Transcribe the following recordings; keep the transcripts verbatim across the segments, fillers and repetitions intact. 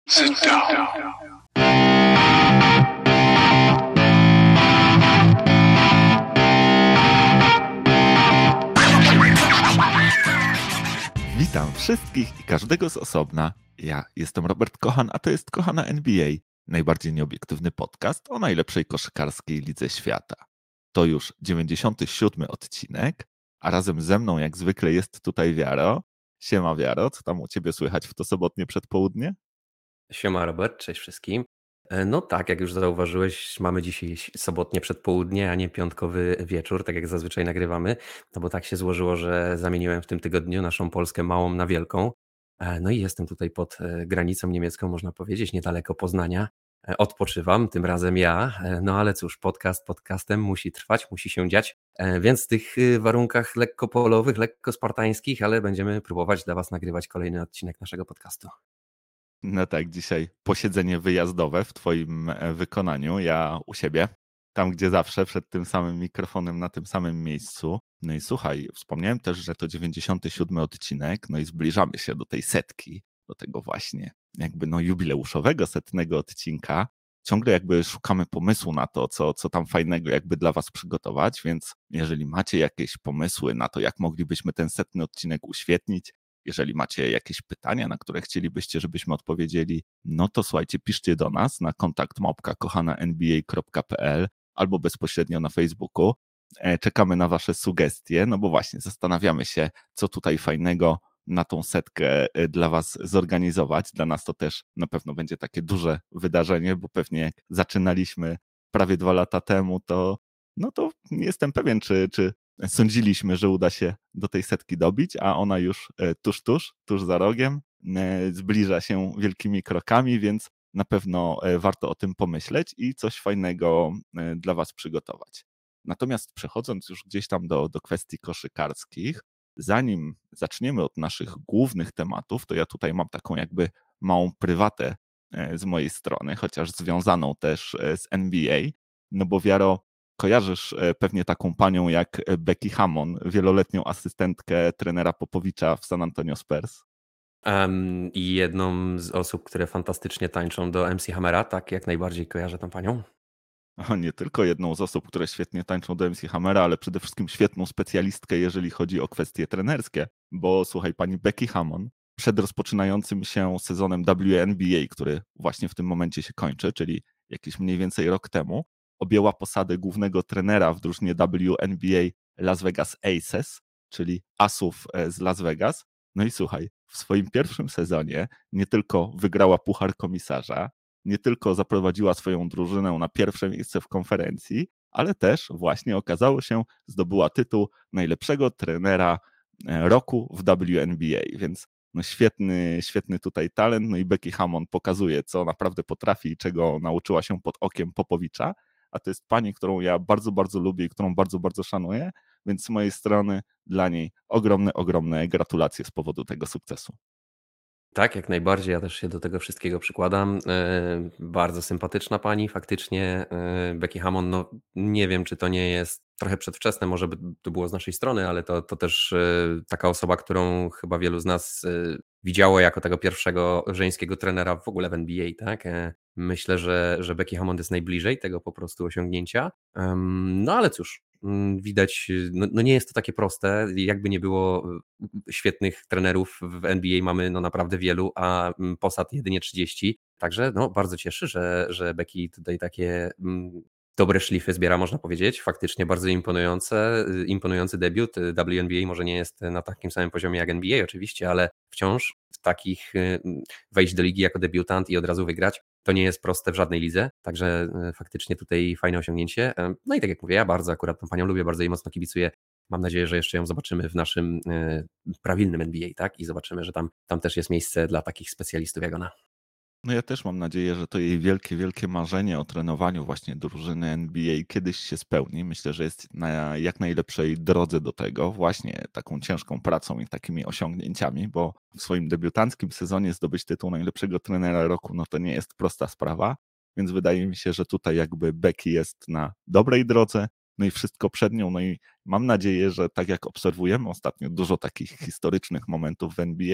Sit down. Witam wszystkich i każdego z osobna. Ja jestem Robert Kochan, a to jest Kochana N B A, najbardziej nieobiektywny podcast o najlepszej koszykarskiej lidze świata. To już dziewięćdziesiąty siódmy odcinek, a razem ze mną jak zwykle jest tutaj Wiaro. Siema Wiaro, co tam u ciebie słychać w to sobotnie przedpołudnie? Siema Robert, cześć wszystkim. No tak, jak już zauważyłeś, mamy dzisiaj sobotnie przedpołudnie, a nie piątkowy wieczór, tak jak zazwyczaj nagrywamy, no bo tak się złożyło, że zamieniłem w tym tygodniu naszą Polskę małą na wielką. No i jestem tutaj pod granicą niemiecką, można powiedzieć, niedaleko Poznania. Odpoczywam, tym razem ja, no ale cóż, podcast podcastem musi trwać, musi się dziać, więc w tych warunkach lekko polowych, lekko spartańskich, ale będziemy próbować dla Was nagrywać kolejny odcinek naszego podcastu. No tak, dzisiaj posiedzenie wyjazdowe w twoim wykonaniu, ja u siebie, tam gdzie zawsze, przed tym samym mikrofonem, na tym samym miejscu. No i słuchaj, wspomniałem też, że to dziewięćdziesiąty siódmy odcinek, no i zbliżamy się do tej setki, do tego właśnie jakby no jubileuszowego setnego odcinka. Ciągle jakby szukamy pomysłu na to, co, co tam fajnego jakby dla was przygotować, więc jeżeli macie jakieś pomysły na to, jak moglibyśmy ten setny odcinek uświetnić, jeżeli macie jakieś pytania, na które chcielibyście, żebyśmy odpowiedzieli, no to słuchajcie, piszcie do nas na kontakt małpka kochana n b a kropka p l albo bezpośrednio na Facebooku. Czekamy na wasze sugestie, no bo właśnie zastanawiamy się, co tutaj fajnego na tą setkę dla was zorganizować. Dla nas to też na pewno będzie takie duże wydarzenie, bo pewnie jak zaczynaliśmy prawie dwa lata temu, to no to nie jestem pewien, czy, czy sądziliśmy, że uda się do tej setki dobić, a ona już tuż, tuż, tuż za rogiem zbliża się wielkimi krokami, więc na pewno warto o tym pomyśleć i coś fajnego dla was przygotować. Natomiast przechodząc już gdzieś tam do, do kwestii koszykarskich, zanim zaczniemy od naszych głównych tematów, to ja tutaj mam taką jakby małą prywatę z mojej strony, chociaż związaną też z N B A, no bo Wiaro, kojarzysz pewnie taką panią jak Becky Hammon, wieloletnią asystentkę trenera Popowicza w San Antonio Spurs? Um, I jedną z osób, które fantastycznie tańczą do M C Hammera, tak jak najbardziej kojarzę tą panią. O, nie tylko jedną z osób, które świetnie tańczą do M C Hammera, ale przede wszystkim świetną specjalistkę, jeżeli chodzi o kwestie trenerskie, bo słuchaj, pani Becky Hammon przed rozpoczynającym się sezonem W N B A, który właśnie w tym momencie się kończy, czyli jakiś mniej więcej rok temu, objęła posadę głównego trenera w drużynie W N B A Las Vegas Aces, czyli Asów z Las Vegas. No i słuchaj, w swoim pierwszym sezonie nie tylko wygrała Puchar Komisarza, nie tylko zaprowadziła swoją drużynę na pierwsze miejsce w konferencji, ale też właśnie okazało się, zdobyła tytuł najlepszego trenera roku w W N B A, więc no świetny, świetny tutaj talent, no i Becky Hammon pokazuje, co naprawdę potrafi i czego nauczyła się pod okiem Popowicza, a to jest pani, którą ja bardzo, bardzo lubię i którą bardzo, bardzo szanuję, więc z mojej strony dla niej ogromne, ogromne gratulacje z powodu tego sukcesu. Tak, jak najbardziej, ja też się do tego wszystkiego przykładam. Yy, bardzo sympatyczna pani, faktycznie yy, Becky Hammon, no nie wiem, czy to nie jest trochę przedwczesne, może by to było z naszej strony, ale to, to też yy, taka osoba, którą chyba wielu z nas yy, widziało jako tego pierwszego żeńskiego trenera w ogóle w N B A, tak? Yy, myślę, że, że Becky Hammon jest najbliżej tego po prostu osiągnięcia. Yy, no ale cóż, widać, no, no nie jest to takie proste, jakby nie było świetnych trenerów w N B A mamy no naprawdę wielu, a posad jedynie trzydzieści, także no bardzo cieszy, że, że Becky tutaj takie mm, dobre szlify zbiera, można powiedzieć, faktycznie bardzo imponujące, imponujący debiut. W N B A może nie jest na takim samym poziomie jak N B A oczywiście, ale wciąż w takich wejść do ligi jako debiutant i od razu wygrać, to nie jest proste w żadnej lidze, także faktycznie tutaj fajne osiągnięcie. No i tak jak mówię, ja bardzo akurat tą panią lubię, bardzo jej mocno kibicuję. Mam nadzieję, że jeszcze ją zobaczymy w naszym prawilnym N B A, tak? I zobaczymy, że tam, tam też jest miejsce dla takich specjalistów jak ona. No ja też mam nadzieję, że to jej wielkie, wielkie marzenie o trenowaniu właśnie drużyny N B A kiedyś się spełni. Myślę, że jest na jak najlepszej drodze do tego właśnie taką ciężką pracą i takimi osiągnięciami, bo w swoim debiutanckim sezonie zdobyć tytuł najlepszego trenera roku, no to nie jest prosta sprawa, więc wydaje mi się, że tutaj jakby Becky jest na dobrej drodze, no i wszystko przed nią, no i mam nadzieję, że tak jak obserwujemy ostatnio dużo takich historycznych momentów w N B A,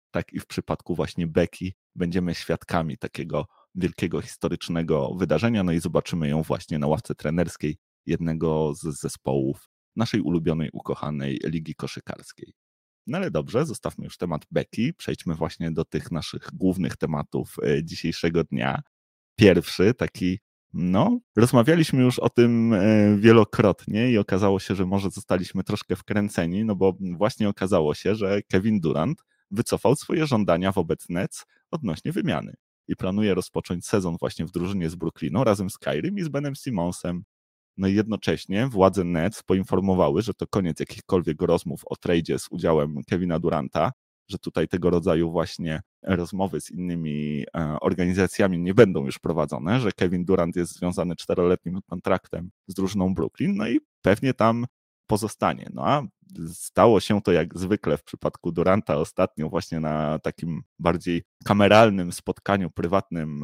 tak i w przypadku właśnie Becky będziemy świadkami takiego wielkiego historycznego wydarzenia, no i zobaczymy ją właśnie na ławce trenerskiej jednego z zespołów naszej ulubionej, ukochanej ligi koszykarskiej. No ale dobrze, zostawmy już temat Becky, przejdźmy właśnie do tych naszych głównych tematów dzisiejszego dnia. Pierwszy, taki, no, rozmawialiśmy już o tym wielokrotnie i okazało się, że może zostaliśmy troszkę wkręceni, no bo właśnie okazało się, że Kevin Durant wycofał swoje żądania wobec Nets odnośnie wymiany i planuje rozpocząć sezon właśnie w drużynie z Brooklynu razem z Kyriem i z Benem Simmonsem. No i jednocześnie władze Nets poinformowały, że to koniec jakichkolwiek rozmów o tradzie z udziałem Kevina Duranta, że tutaj tego rodzaju właśnie rozmowy z innymi organizacjami nie będą już prowadzone, że Kevin Durant jest związany czteroletnim kontraktem z drużyną Brooklyn, no i pewnie tam pozostanie. No a stało się to jak zwykle w przypadku Duranta ostatnio właśnie na takim bardziej kameralnym spotkaniu prywatnym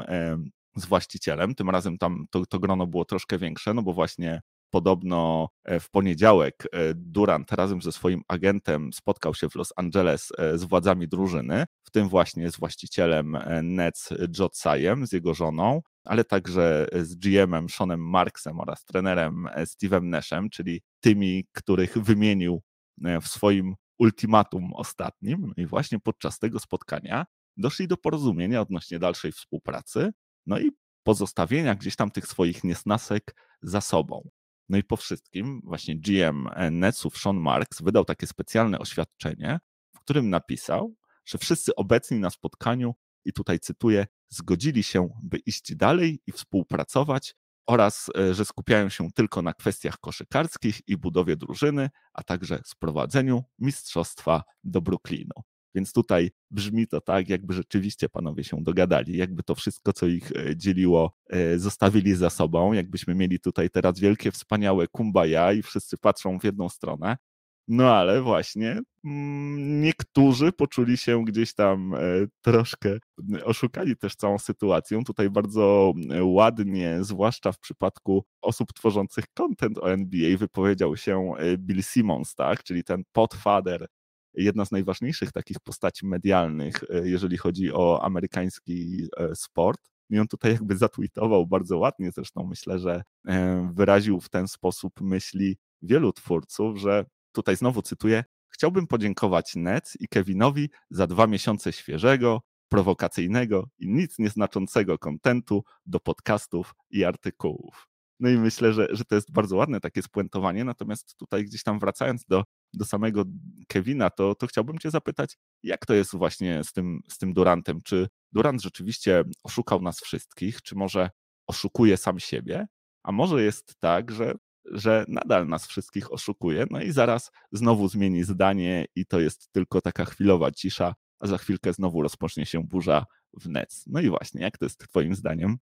z właścicielem. Tym razem tam to, to grono było troszkę większe, no bo właśnie podobno w poniedziałek Durant razem ze swoim agentem spotkał się w Los Angeles z władzami drużyny, w tym właśnie z właścicielem Nets Joe Tsai'em, z jego żoną, ale także z G M-em Seanem Marksem oraz trenerem Steve'em Nashem, czyli tymi, których wymienił w swoim ultimatum ostatnim. No i właśnie podczas tego spotkania doszli do porozumienia odnośnie dalszej współpracy, no i pozostawienia gdzieś tam tych swoich niesnasek za sobą. No i po wszystkim właśnie G M Netsów Sean Marks wydał takie specjalne oświadczenie, w którym napisał, że wszyscy obecni na spotkaniu, i tutaj cytuję, zgodzili się, by iść dalej i współpracować oraz, że skupiają się tylko na kwestiach koszykarskich i budowie drużyny, a także sprowadzeniu mistrzostwa do Brooklynu. Więc tutaj brzmi to tak, jakby rzeczywiście panowie się dogadali, jakby to wszystko, co ich dzieliło, zostawili za sobą, jakbyśmy mieli tutaj teraz wielkie, wspaniałe kumbaya i wszyscy patrzą w jedną stronę. No ale właśnie niektórzy poczuli się gdzieś tam troszkę oszukani też całą sytuacją. Tutaj bardzo ładnie, zwłaszcza w przypadku osób tworzących content o N B A, wypowiedział się Bill Simmons, tak, czyli ten podfather, jedna z najważniejszych takich postaci medialnych, jeżeli chodzi o amerykański sport. I on tutaj jakby zatweetował bardzo ładnie, zresztą myślę, że wyraził w ten sposób myśli wielu twórców, że tutaj znowu cytuję, chciałbym podziękować Nets i Kevinowi za dwa miesiące świeżego, prowokacyjnego i nic nieznaczącego kontentu do podcastów i artykułów. No i myślę, że, że to jest bardzo ładne takie spuentowanie, natomiast tutaj gdzieś tam wracając do, do samego Kevina, to, to chciałbym cię zapytać, jak to jest właśnie z tym, z tym Durantem? Czy Durant rzeczywiście oszukał nas wszystkich, czy może oszukuje sam siebie? A może jest tak, że, że nadal nas wszystkich oszukuje, no i zaraz znowu zmieni zdanie i to jest tylko taka chwilowa cisza, a za chwilkę znowu rozpocznie się burza w Nets. No i właśnie, jak to jest twoim zdaniem?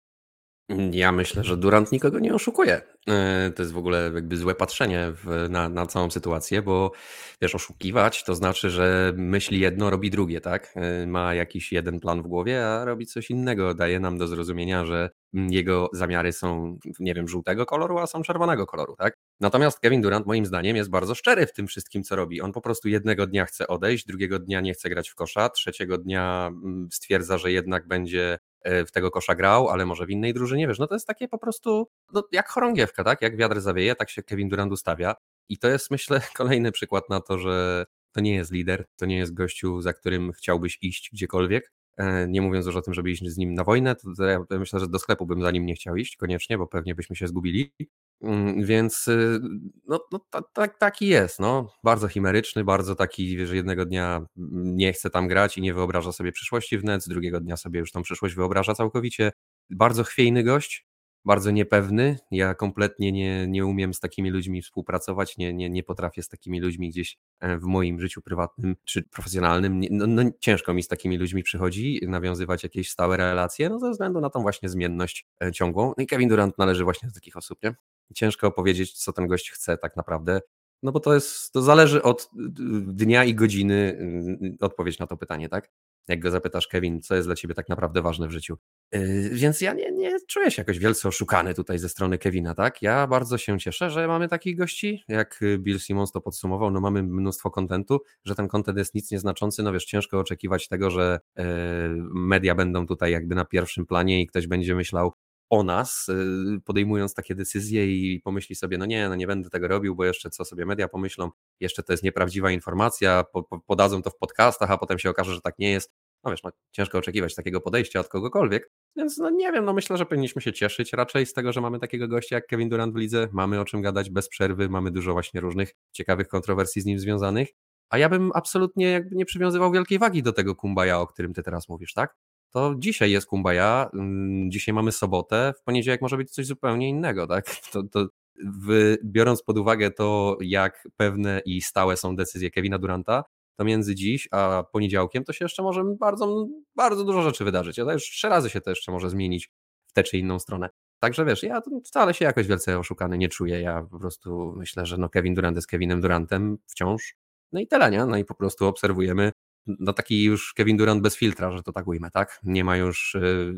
Ja myślę, że Durant nikogo nie oszukuje. To jest w ogóle jakby złe patrzenie w, na, na całą sytuację, bo wiesz, oszukiwać to znaczy, że myśli jedno, robi drugie, tak? Ma jakiś jeden plan w głowie, a robi coś innego. Daje nam do zrozumienia, że jego zamiary są, nie wiem, żółtego koloru, a są czerwonego koloru, tak? Natomiast Kevin Durant moim zdaniem jest bardzo szczery w tym wszystkim, co robi. On po prostu jednego dnia chce odejść, drugiego dnia nie chce grać w kosza, trzeciego dnia stwierdza, że jednak będzie w tego kosza grał, ale może w innej drużynie, wiesz, no to jest takie po prostu no, jak chorągiewka, tak? Jak wiatr zawieje, tak się Kevin Durant ustawia i to jest, myślę, kolejny przykład na to, że to nie jest lider, to nie jest gościu, za którym chciałbyś iść gdziekolwiek, nie mówiąc już o tym, żeby iść z nim na wojnę, to ja myślę, że do sklepu bym za nim nie chciał iść koniecznie, bo pewnie byśmy się zgubili, więc no, no tak, taki jest, no, bardzo chimeryczny, bardzo taki, że jednego dnia nie chce tam grać i nie wyobraża sobie przyszłości w Nets, drugiego dnia sobie już tą przyszłość wyobraża całkowicie, bardzo chwiejny gość, bardzo niepewny, ja kompletnie nie, nie umiem z takimi ludźmi współpracować, nie, nie, nie potrafię z takimi ludźmi gdzieś w moim życiu prywatnym czy profesjonalnym, no, no ciężko mi z takimi ludźmi przychodzi nawiązywać jakieś stałe relacje, no ze względu na tą właśnie zmienność ciągłą, no i Kevin Durant należy właśnie do takich osób, nie? Ciężko powiedzieć, co ten gość chce tak naprawdę, no bo to jest, to zależy od dnia i godziny odpowiedź na to pytanie, tak? Jak go zapytasz, Kevin, co jest dla ciebie tak naprawdę ważne w życiu? Yy, więc ja nie, nie czuję się jakoś wielce oszukany tutaj ze strony Kevina, tak? Ja bardzo się cieszę, że mamy takich gości, jak Bill Simmons to podsumował, no mamy mnóstwo kontentu, że ten kontent jest nic nieznaczący, no wiesz, ciężko oczekiwać tego, że yy, media będą tutaj jakby na pierwszym planie i ktoś będzie myślał o nas, yy, podejmując takie decyzje i pomyśli sobie, no nie, no nie będę tego robił, bo jeszcze co sobie media pomyślą, jeszcze to jest nieprawdziwa informacja, po, po, podadzą to w podcastach, a potem się okaże, że tak nie jest. No wiesz, no, ciężko oczekiwać takiego podejścia od kogokolwiek, więc no nie wiem, no myślę, że powinniśmy się cieszyć raczej z tego, że mamy takiego gościa jak Kevin Durant w lidze, mamy o czym gadać bez przerwy, mamy dużo właśnie różnych ciekawych kontrowersji z nim związanych, a ja bym absolutnie jakby nie przywiązywał wielkiej wagi do tego kumbaya, o którym ty teraz mówisz, tak? To dzisiaj jest kumbaya, mm, dzisiaj mamy sobotę, w poniedziałek może być coś zupełnie innego, tak? To, to w, biorąc pod uwagę to, jak pewne i stałe są decyzje Kevina Duranta, to między dziś a poniedziałkiem to się jeszcze może bardzo, bardzo dużo rzeczy wydarzyć. A to już trzy razy się to jeszcze może zmienić w tę czy inną stronę. Także wiesz, ja wcale się jakoś wielce oszukany nie czuję. Ja po prostu myślę, że no Kevin Durant jest Kevinem Durantem wciąż. No i tyle, nie? No i po prostu obserwujemy. No taki już Kevin Durant bez filtra, że to tak ujmę, tak? Nie ma już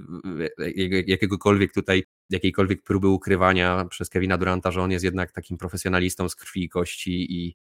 yy, jakiegokolwiek tutaj, jakiejkolwiek próby ukrywania przez Kevina Duranta, że on jest jednak takim profesjonalistą z krwi i kości i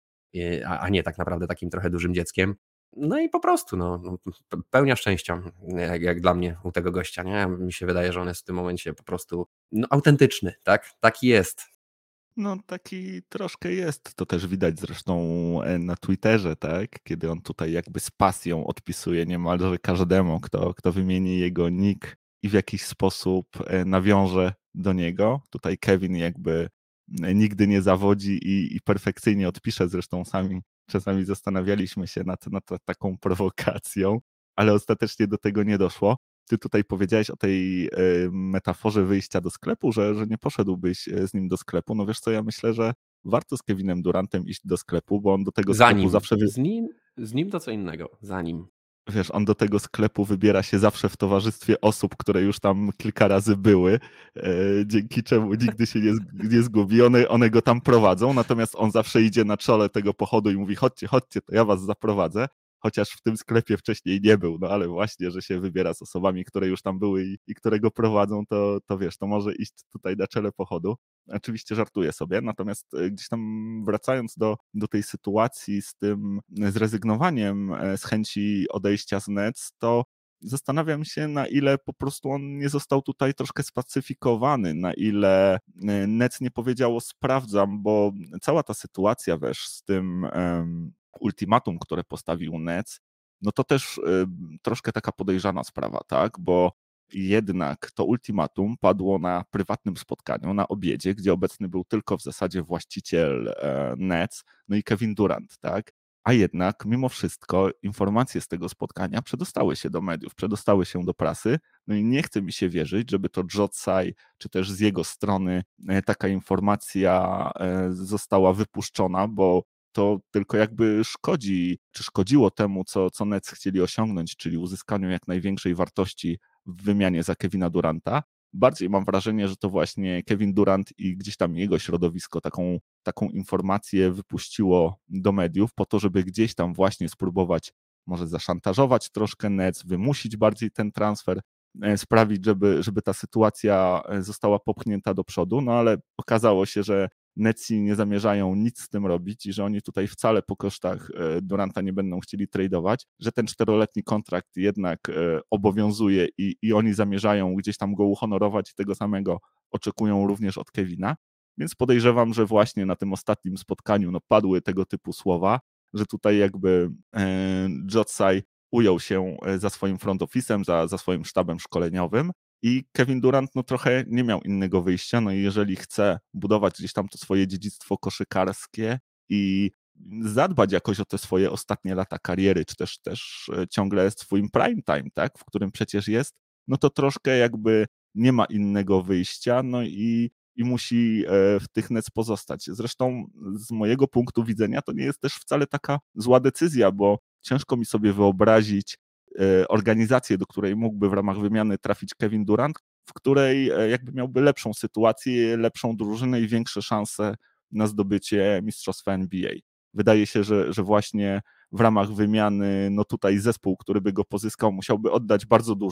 a nie tak naprawdę takim trochę dużym dzieckiem. No i po prostu, no, pełnia szczęścia, jak, jak dla mnie u tego gościa, nie? Mi się wydaje, że on jest w tym momencie po prostu no, autentyczny, tak? Taki jest. No taki troszkę jest, to też widać zresztą na Twitterze, tak? Kiedy on tutaj jakby z pasją odpisuje niemalże każdemu, kto, kto wymieni jego nick i w jakiś sposób nawiąże do niego. Tutaj Kevin jakby nigdy nie zawodzi i, i perfekcyjnie odpisze, zresztą sami czasami zastanawialiśmy się nad, nad taką prowokacją, ale ostatecznie do tego nie doszło. Ty tutaj powiedziałeś o tej metaforze wyjścia do sklepu, że, że nie poszedłbyś z nim do sklepu. No wiesz co, ja myślę, że warto z Kevinem Durantem iść do sklepu, bo on do tego sklepu Zanim. zawsze... Z nim, z nim to co innego. Zanim. Wiesz, on do tego sklepu wybiera się zawsze w towarzystwie osób, które już tam kilka razy były, dzięki czemu nigdy się nie, nie zgubi. One, one go tam prowadzą, natomiast on zawsze idzie na czole tego pochodu i mówi: chodźcie, chodźcie, to ja was zaprowadzę. Chociaż w tym sklepie wcześniej nie był, no ale właśnie, że się wybiera z osobami, które już tam były i, i które go prowadzą, to, to wiesz, to może iść tutaj na czele pochodu. Oczywiście żartuję sobie, natomiast gdzieś tam wracając do, do tej sytuacji z tym zrezygnowaniem z chęci odejścia z Nets, to zastanawiam się, na ile po prostu on nie został tutaj troszkę spacyfikowany, na ile Nets nie powiedziało sprawdzam, bo cała ta sytuacja, wiesz, z tym um, ultimatum, które postawił Nets, no to też y, troszkę taka podejrzana sprawa, tak, bo jednak to ultimatum padło na prywatnym spotkaniu, na obiedzie, gdzie obecny był tylko w zasadzie właściciel e, Nets, no i Kevin Durant, tak, a jednak mimo wszystko informacje z tego spotkania przedostały się do mediów, przedostały się do prasy, no i nie chce mi się wierzyć, żeby to Joe Tsai, czy też z jego strony e, taka informacja e, została wypuszczona, bo to tylko jakby szkodzi, czy szkodziło temu, co, co Nets chcieli osiągnąć, czyli uzyskaniu jak największej wartości w wymianie za Kevina Duranta. Bardziej mam wrażenie, że to właśnie Kevin Durant i gdzieś tam jego środowisko taką, taką informację wypuściło do mediów po to, żeby gdzieś tam właśnie spróbować może zaszantażować troszkę Nets, wymusić bardziej ten transfer, sprawić, żeby, żeby ta sytuacja została popchnięta do przodu, no ale okazało się, że Netsi nie zamierzają nic z tym robić i że oni tutaj wcale po kosztach Duranta nie będą chcieli tradeować, że ten czteroletni kontrakt jednak obowiązuje i, i oni zamierzają gdzieś tam go uhonorować i tego samego oczekują również od Kevina, więc podejrzewam, że właśnie na tym ostatnim spotkaniu no, padły tego typu słowa, że tutaj jakby e, Joe Tsai ujął się za swoim front office'em, za, za swoim sztabem szkoleniowym i Kevin Durant no trochę nie miał innego wyjścia, no i jeżeli chce budować gdzieś tam to swoje dziedzictwo koszykarskie i zadbać jakoś o te swoje ostatnie lata kariery, czy też, też ciągle swój prime time, tak, w którym przecież jest, no to troszkę jakby nie ma innego wyjścia, no i, i musi w tych Nets pozostać. Zresztą z mojego punktu widzenia to nie jest też wcale taka zła decyzja, bo ciężko mi sobie wyobrazić organizację, do której mógłby w ramach wymiany trafić Kevin Durant, w której jakby miałby lepszą sytuację, lepszą drużynę i większe szanse na zdobycie mistrzostwa N B A. Wydaje się, że, że właśnie w ramach wymiany, no tutaj zespół, który by go pozyskał, musiałby oddać bardzo dużo,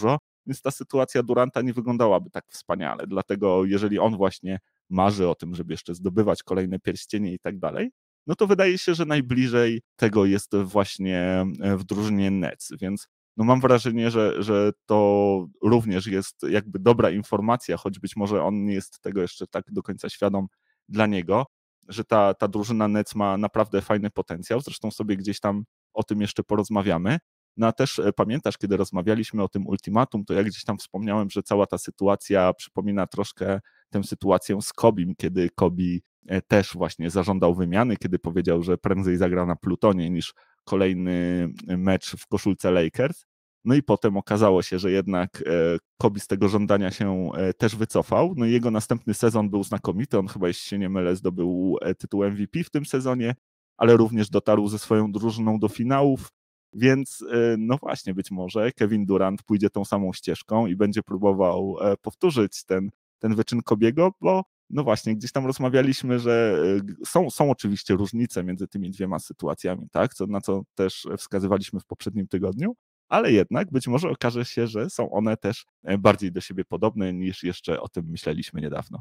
więc ta sytuacja Duranta nie wyglądałaby tak wspaniale. Dlatego jeżeli on właśnie marzy o tym, żeby jeszcze zdobywać kolejne pierścienie i tak dalej, no to wydaje się, że najbliżej tego jest właśnie w drużynie Nets, więc no mam wrażenie, że, że to również jest jakby dobra informacja, choć być może on nie jest tego jeszcze tak do końca świadom dla niego, że ta, ta drużyna Nets ma naprawdę fajny potencjał, zresztą sobie gdzieś tam o tym jeszcze porozmawiamy. No a też pamiętasz, kiedy rozmawialiśmy o tym ultimatum, to ja gdzieś tam wspomniałem, że cała ta sytuacja przypomina troszkę tę sytuację z Kobim, kiedy Kobi też właśnie zażądał wymiany, kiedy powiedział, że prędzej zagra na Plutonie niż kolejny mecz w koszulce Lakers. No i potem okazało się, że jednak Kobi z tego żądania się też wycofał. No i jego następny sezon był znakomity. On chyba, jeśli się nie mylę, zdobył tytuł M V P w tym sezonie, ale również dotarł ze swoją drużyną do finałów. Więc no właśnie, być może Kevin Durant pójdzie tą samą ścieżką i będzie próbował powtórzyć ten, ten wyczyn Kobiego, bo no właśnie, gdzieś tam rozmawialiśmy, że są, są oczywiście różnice między tymi dwiema sytuacjami, tak? Co, na co też wskazywaliśmy w poprzednim tygodniu, ale jednak być może okaże się, że są one też bardziej do siebie podobne niż jeszcze o tym myśleliśmy niedawno.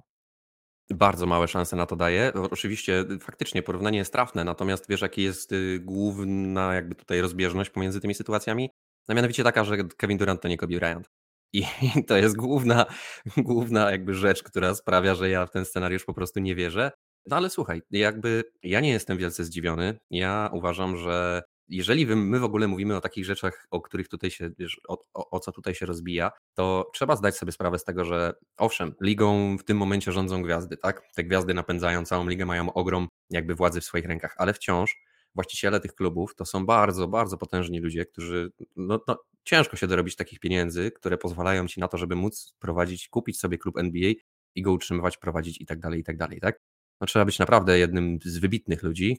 Bardzo małe szanse na to daje. Oczywiście faktycznie porównanie jest trafne, natomiast wiesz, jaki jest główna jakby tutaj rozbieżność pomiędzy tymi sytuacjami? No mianowicie taka, że Kevin Durant to nie Kobe Bryant. I to jest główna, główna jakby rzecz, która sprawia, że ja w ten scenariusz po prostu nie wierzę. No ale słuchaj, jakby ja nie jestem wielce zdziwiony. Ja uważam, że jeżeli my w ogóle mówimy o takich rzeczach, o których tutaj się, wiesz, o, o, o co tutaj się rozbija, to trzeba zdać sobie sprawę z tego, że owszem, ligą w tym momencie rządzą gwiazdy, tak? Te gwiazdy napędzają całą ligę, mają ogrom jakby władzy w swoich rękach, ale wciąż właściciele tych klubów to są bardzo, bardzo potężni ludzie, którzy, no, no ciężko się dorobić takich pieniędzy, które pozwalają ci na to, żeby móc prowadzić, kupić sobie klub N B A i go utrzymywać, prowadzić i tak dalej, i tak dalej, tak? No, trzeba być naprawdę jednym z wybitnych ludzi,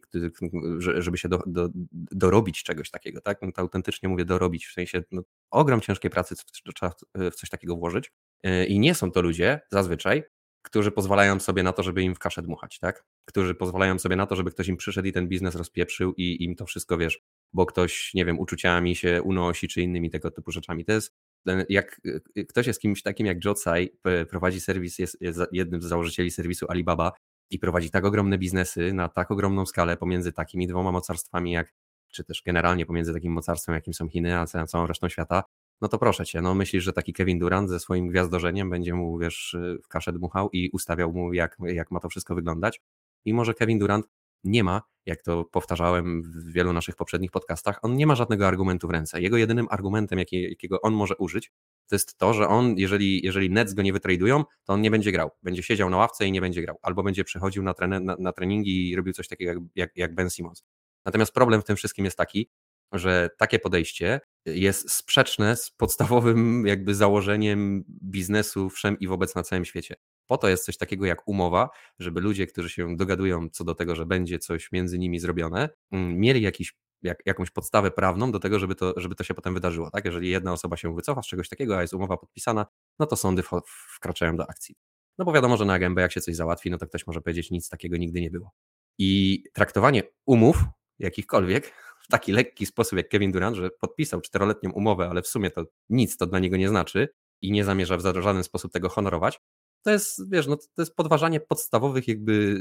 żeby się do, do, dorobić czegoś takiego, tak? No to autentycznie mówię dorobić, w sensie no, ogrom ciężkiej pracy trzeba w coś takiego włożyć i nie są to ludzie zazwyczaj, którzy pozwalają sobie na to, żeby im w kaszę dmuchać, tak? Którzy pozwalają sobie na to, żeby ktoś im przyszedł i ten biznes rozpieprzył i im to wszystko, wiesz, bo ktoś, nie wiem, uczuciami się unosi czy innymi tego typu rzeczami. To jest, jak ktoś jest kimś takim jak Joe Tsai, prowadzi serwis, jest, jest jednym z założycieli serwisu Alibaba, i prowadzi tak ogromne biznesy na tak ogromną skalę pomiędzy takimi dwoma mocarstwami jak, czy też generalnie pomiędzy takim mocarstwem, jakim są Chiny, a całą resztą świata, no to proszę cię, no myślisz, że taki Kevin Durant ze swoim gwiazdorzeniem będzie mu, wiesz, w kaszę dmuchał i ustawiał mu, jak, jak ma to wszystko wyglądać? Mimo że Kevin Durant nie ma, jak to powtarzałem w wielu naszych poprzednich podcastach, on nie ma żadnego argumentu w ręce. Jego jedynym argumentem, jaki, jakiego on może użyć, to jest to, że on, jeżeli, jeżeli Nets go nie wytradują, to on nie będzie grał. Będzie siedział na ławce i nie będzie grał. Albo będzie przychodził na, trener, na, na treningi i robił coś takiego jak, jak, jak Ben Simmons. Natomiast problem w tym wszystkim jest taki, że takie podejście jest sprzeczne z podstawowym jakby założeniem biznesu wszem i wobec na całym świecie. Po to jest coś takiego jak umowa, żeby ludzie, którzy się dogadują co do tego, że będzie coś między nimi zrobione, mieli jakiś, jak, jakąś podstawę prawną do tego, żeby to, żeby to się potem wydarzyło. Tak? Jeżeli jedna osoba się wycofa z czegoś takiego, a jest umowa podpisana, no to sądy wkraczają do akcji. No bo wiadomo, że na gębę jak się coś załatwi, no to ktoś może powiedzieć, nic takiego nigdy nie było. I traktowanie umów jakichkolwiek w taki lekki sposób jak Kevin Durant, że podpisał czteroletnią umowę, ale w sumie to nic to dla niego nie znaczy i nie zamierza w żaden sposób tego honorować, to jest, wiesz, no to jest podważanie podstawowych jakby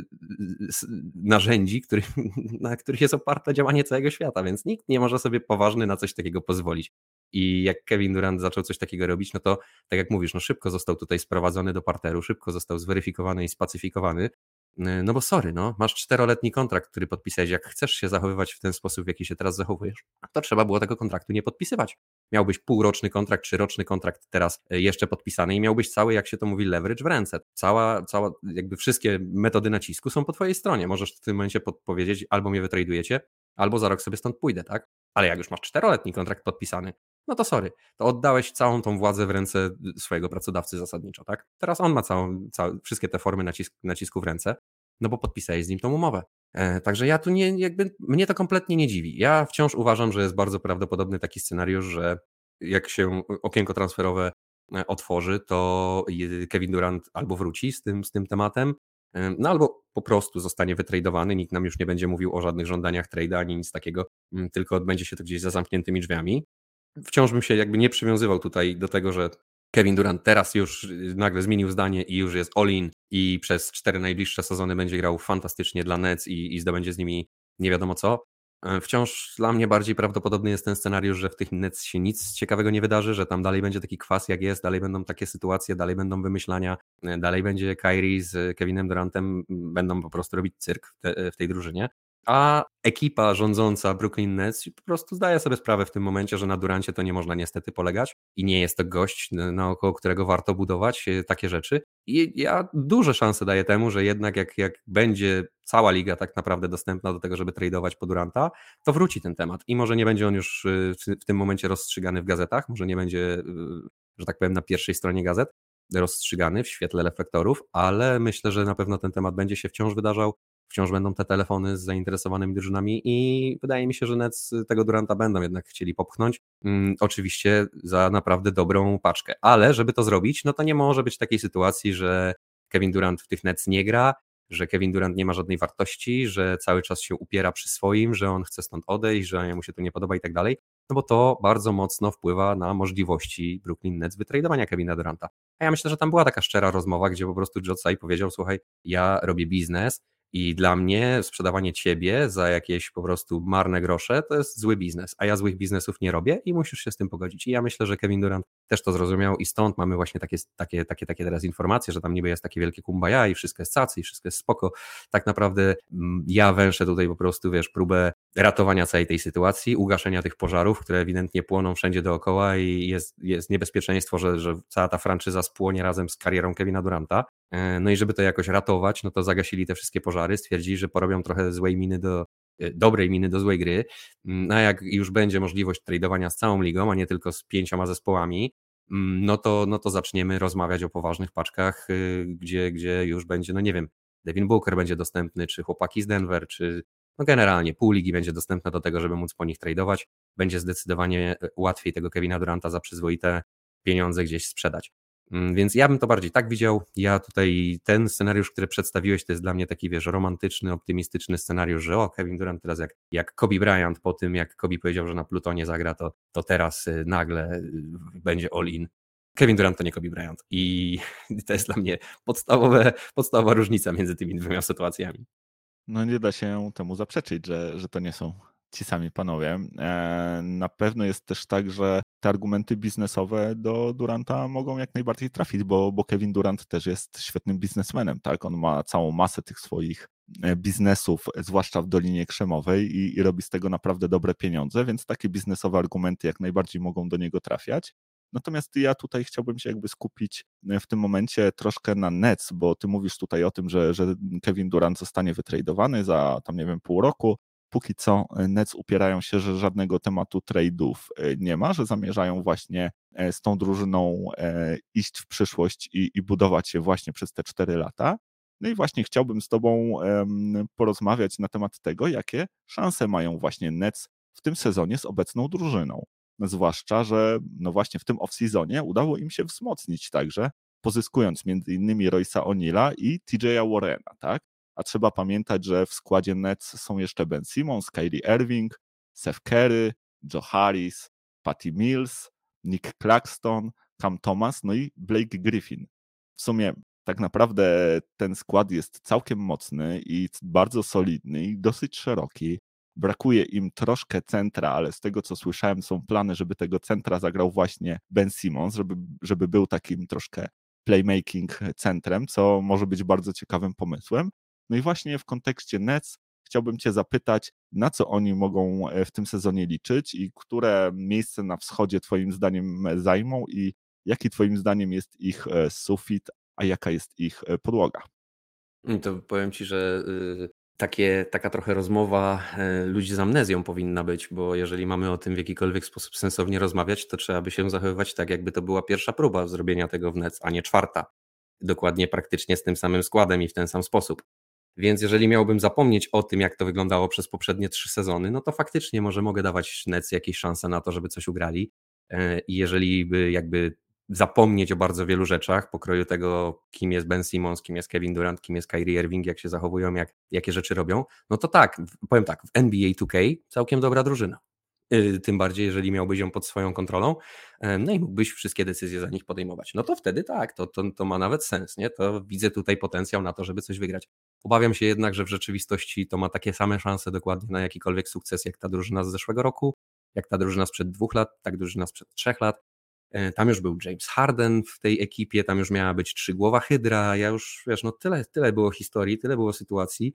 narzędzi, który, na których jest oparte działanie całego świata, więc nikt nie może sobie poważny na coś takiego pozwolić. I jak Kevin Durant zaczął coś takiego robić, no to tak jak mówisz, no szybko został tutaj sprowadzony do parteru, szybko został zweryfikowany i spacyfikowany. No bo sorry, no, masz czteroletni kontrakt, który podpisałeś, jak chcesz się zachowywać w ten sposób, w jaki się teraz zachowujesz, to trzeba było tego kontraktu nie podpisywać. Miałbyś półroczny kontrakt, czy roczny kontrakt teraz jeszcze podpisany i miałbyś cały, jak się to mówi, leverage w ręce. Cała, cała jakby wszystkie metody nacisku są po twojej stronie. Możesz w tym momencie podpowiedzieć, albo mnie wytradujecie, albo za rok sobie stąd pójdę, tak? Ale jak już masz czteroletni kontrakt podpisany, no to sorry, to oddałeś całą tą władzę w ręce swojego pracodawcy zasadniczo, tak? Teraz on ma całą, całą wszystkie te formy nacisk, nacisku w ręce, no bo podpisałeś z nim tą umowę. E, także ja tu nie, jakby, mnie to kompletnie nie dziwi. Ja wciąż uważam, że jest bardzo prawdopodobny taki scenariusz, że jak się okienko transferowe otworzy, to Kevin Durant albo wróci z tym, z tym tematem, no albo po prostu zostanie wytradowany, nikt nam już nie będzie mówił o żadnych żądaniach trade'a ani nic takiego, tylko odbędzie się to gdzieś za zamkniętymi drzwiami. Wciąż bym się jakby nie przywiązywał tutaj do tego, że Kevin Durant teraz już nagle zmienił zdanie i już jest all in i przez cztery najbliższe sezony będzie grał fantastycznie dla Nets i, i zdobędzie z nimi nie wiadomo co. Wciąż dla mnie bardziej prawdopodobny jest ten scenariusz, że w tych Nets się nic ciekawego nie wydarzy, że tam dalej będzie taki kwas jak jest, dalej będą takie sytuacje, dalej będą wymyślania, dalej będzie Kyrie z Kevinem Durantem, będą po prostu robić cyrk w, te, w tej drużynie. A ekipa rządząca Brooklyn Nets po prostu zdaje sobie sprawę w tym momencie, że na Durancie to nie można niestety polegać i nie jest to gość, naokoło którego warto budować takie rzeczy. I ja duże szanse daję temu, że jednak jak, jak będzie cała liga tak naprawdę dostępna do tego, żeby tradeować po Duranta, to wróci ten temat i może nie będzie on już w, w tym momencie rozstrzygany w gazetach, może nie będzie, że tak powiem, na pierwszej stronie gazet rozstrzygany w świetle reflektorów, ale myślę, że na pewno ten temat będzie się wciąż wydarzał. Wciąż będą te telefony z zainteresowanymi drużynami i wydaje mi się, że Nets tego Duranta będą jednak chcieli popchnąć. Hmm, oczywiście za naprawdę dobrą paczkę, ale żeby to zrobić, no to nie może być takiej sytuacji, że Kevin Durant w tych Nets nie gra, że Kevin Durant nie ma żadnej wartości, że cały czas się upiera przy swoim, że on chce stąd odejść, że mu się to nie podoba i tak dalej, no bo to bardzo mocno wpływa na możliwości Brooklyn Nets wytradowania Kevina Duranta. A ja myślę, że tam była taka szczera rozmowa, gdzie po prostu Joe Tsai powiedział, słuchaj, ja robię biznes, i dla mnie sprzedawanie ciebie za jakieś po prostu marne grosze to jest zły biznes, a ja złych biznesów nie robię i musisz się z tym pogodzić. I ja myślę, że Kevin Durant też to zrozumiał i stąd mamy właśnie takie, takie, takie, takie teraz informacje, że tam niby jest takie wielkie kumbaya i wszystko jest cacy i wszystko jest spoko. Tak naprawdę ja węszę tutaj po prostu, wiesz, próbę ratowania całej tej sytuacji, ugaszenia tych pożarów, które ewidentnie płoną wszędzie dookoła i jest, jest niebezpieczeństwo, że, że cała ta franczyza spłonie razem z karierą Kevina Duranta. No i żeby to jakoś ratować, no to zagasili te wszystkie pożary, stwierdzili, że porobią trochę złej miny do, dobrej miny do złej gry, a jak już będzie możliwość tradowania z całą ligą, a nie tylko z pięcioma zespołami, no to, no to zaczniemy rozmawiać o poważnych paczkach, gdzie, gdzie już będzie, no nie wiem, Devin Booker będzie dostępny, czy chłopaki z Denver, czy no generalnie pół ligi będzie dostępna do tego, żeby móc po nich tradować. Będzie zdecydowanie łatwiej tego Kevina Duranta za przyzwoite pieniądze gdzieś sprzedać. Więc ja bym to bardziej tak widział. Ja tutaj ten scenariusz, który przedstawiłeś, to jest dla mnie taki, wiesz, romantyczny, optymistyczny scenariusz, że o, Kevin Durant teraz jak, jak Kobe Bryant po tym, jak Kobe powiedział, że na Plutonie zagra, to, to teraz nagle będzie all in. Kevin Durant to nie Kobe Bryant i to jest dla mnie podstawowe, podstawowa różnica między tymi dwiema sytuacjami. No nie da się temu zaprzeczyć, że, że to nie są ci sami panowie. Na pewno jest też tak, że te argumenty biznesowe do Duranta mogą jak najbardziej trafić, bo, bo Kevin Durant też jest świetnym biznesmenem, tak? On ma całą masę tych swoich biznesów, zwłaszcza w Dolinie Krzemowej i, i robi z tego naprawdę dobre pieniądze, więc takie biznesowe argumenty jak najbardziej mogą do niego trafiać. Natomiast ja tutaj chciałbym się jakby skupić w tym momencie troszkę na Nets, bo ty mówisz tutaj o tym, że, że Kevin Durant zostanie wytradowany za tam nie wiem pół roku. Póki co Nets upierają się, że żadnego tematu trade'ów nie ma, że zamierzają właśnie z tą drużyną iść w przyszłość i, i budować się właśnie przez te cztery lata. No i właśnie chciałbym z tobą porozmawiać na temat tego, jakie szanse mają właśnie Nets w tym sezonie z obecną drużyną. Zwłaszcza, że no właśnie w tym off-seasonie udało im się wzmocnić także, pozyskując między innymi Royce'a O'Neala i T J Warrena, tak? A trzeba pamiętać, że w składzie Nets są jeszcze Ben Simmons, Kyrie Irving, Seth Curry, Joe Harris, Patty Mills, Nick Claxton, Cam Thomas, no i Blake Griffin. W sumie tak naprawdę ten skład jest całkiem mocny i bardzo solidny i dosyć szeroki. Brakuje im troszkę centra, ale z tego co słyszałem są plany, żeby tego centra zagrał właśnie Ben Simmons, żeby, żeby był takim troszkę playmaking centrem, co może być bardzo ciekawym pomysłem. No i właśnie w kontekście Nets chciałbym cię zapytać, na co oni mogą w tym sezonie liczyć i które miejsce na wschodzie twoim zdaniem zajmą i jaki twoim zdaniem jest ich sufit, a jaka jest ich podłoga? To powiem ci, że takie, taka trochę rozmowa ludzi z amnezją powinna być, bo jeżeli mamy o tym w jakikolwiek sposób sensownie rozmawiać, to trzeba by się zachowywać tak, jakby to była pierwsza próba zrobienia tego w Nets, a nie czwarta. Dokładnie praktycznie z tym samym składem i w ten sam sposób. Więc jeżeli miałbym zapomnieć o tym, jak to wyglądało przez poprzednie trzy sezony, no to faktycznie może mogę dawać Nets jakieś szanse na to, żeby coś ugrali. I jeżeli by jakby zapomnieć o bardzo wielu rzeczach, pokroju tego, kim jest Ben Simmons, kim jest Kevin Durant, kim jest Kyrie Irving, jak się zachowują, jak, jakie rzeczy robią, no to tak, powiem tak, w N B A two K całkiem dobra drużyna. Yy, tym bardziej, jeżeli miałbyś ją pod swoją kontrolą, e, no i mógłbyś wszystkie decyzje za nich podejmować. No to wtedy tak, to, to, to ma nawet sens, nie? To widzę tutaj potencjał na to, żeby coś wygrać. Obawiam się jednak, że w rzeczywistości to ma takie same szanse dokładnie na jakikolwiek sukces, jak ta drużyna z zeszłego roku, jak ta drużyna sprzed dwóch lat, tak drużyna sprzed trzech lat. E, Tam już był James Harden w tej ekipie, tam już miała być trzygłowa hydra, ja już, wiesz, no tyle, tyle było historii, tyle było sytuacji.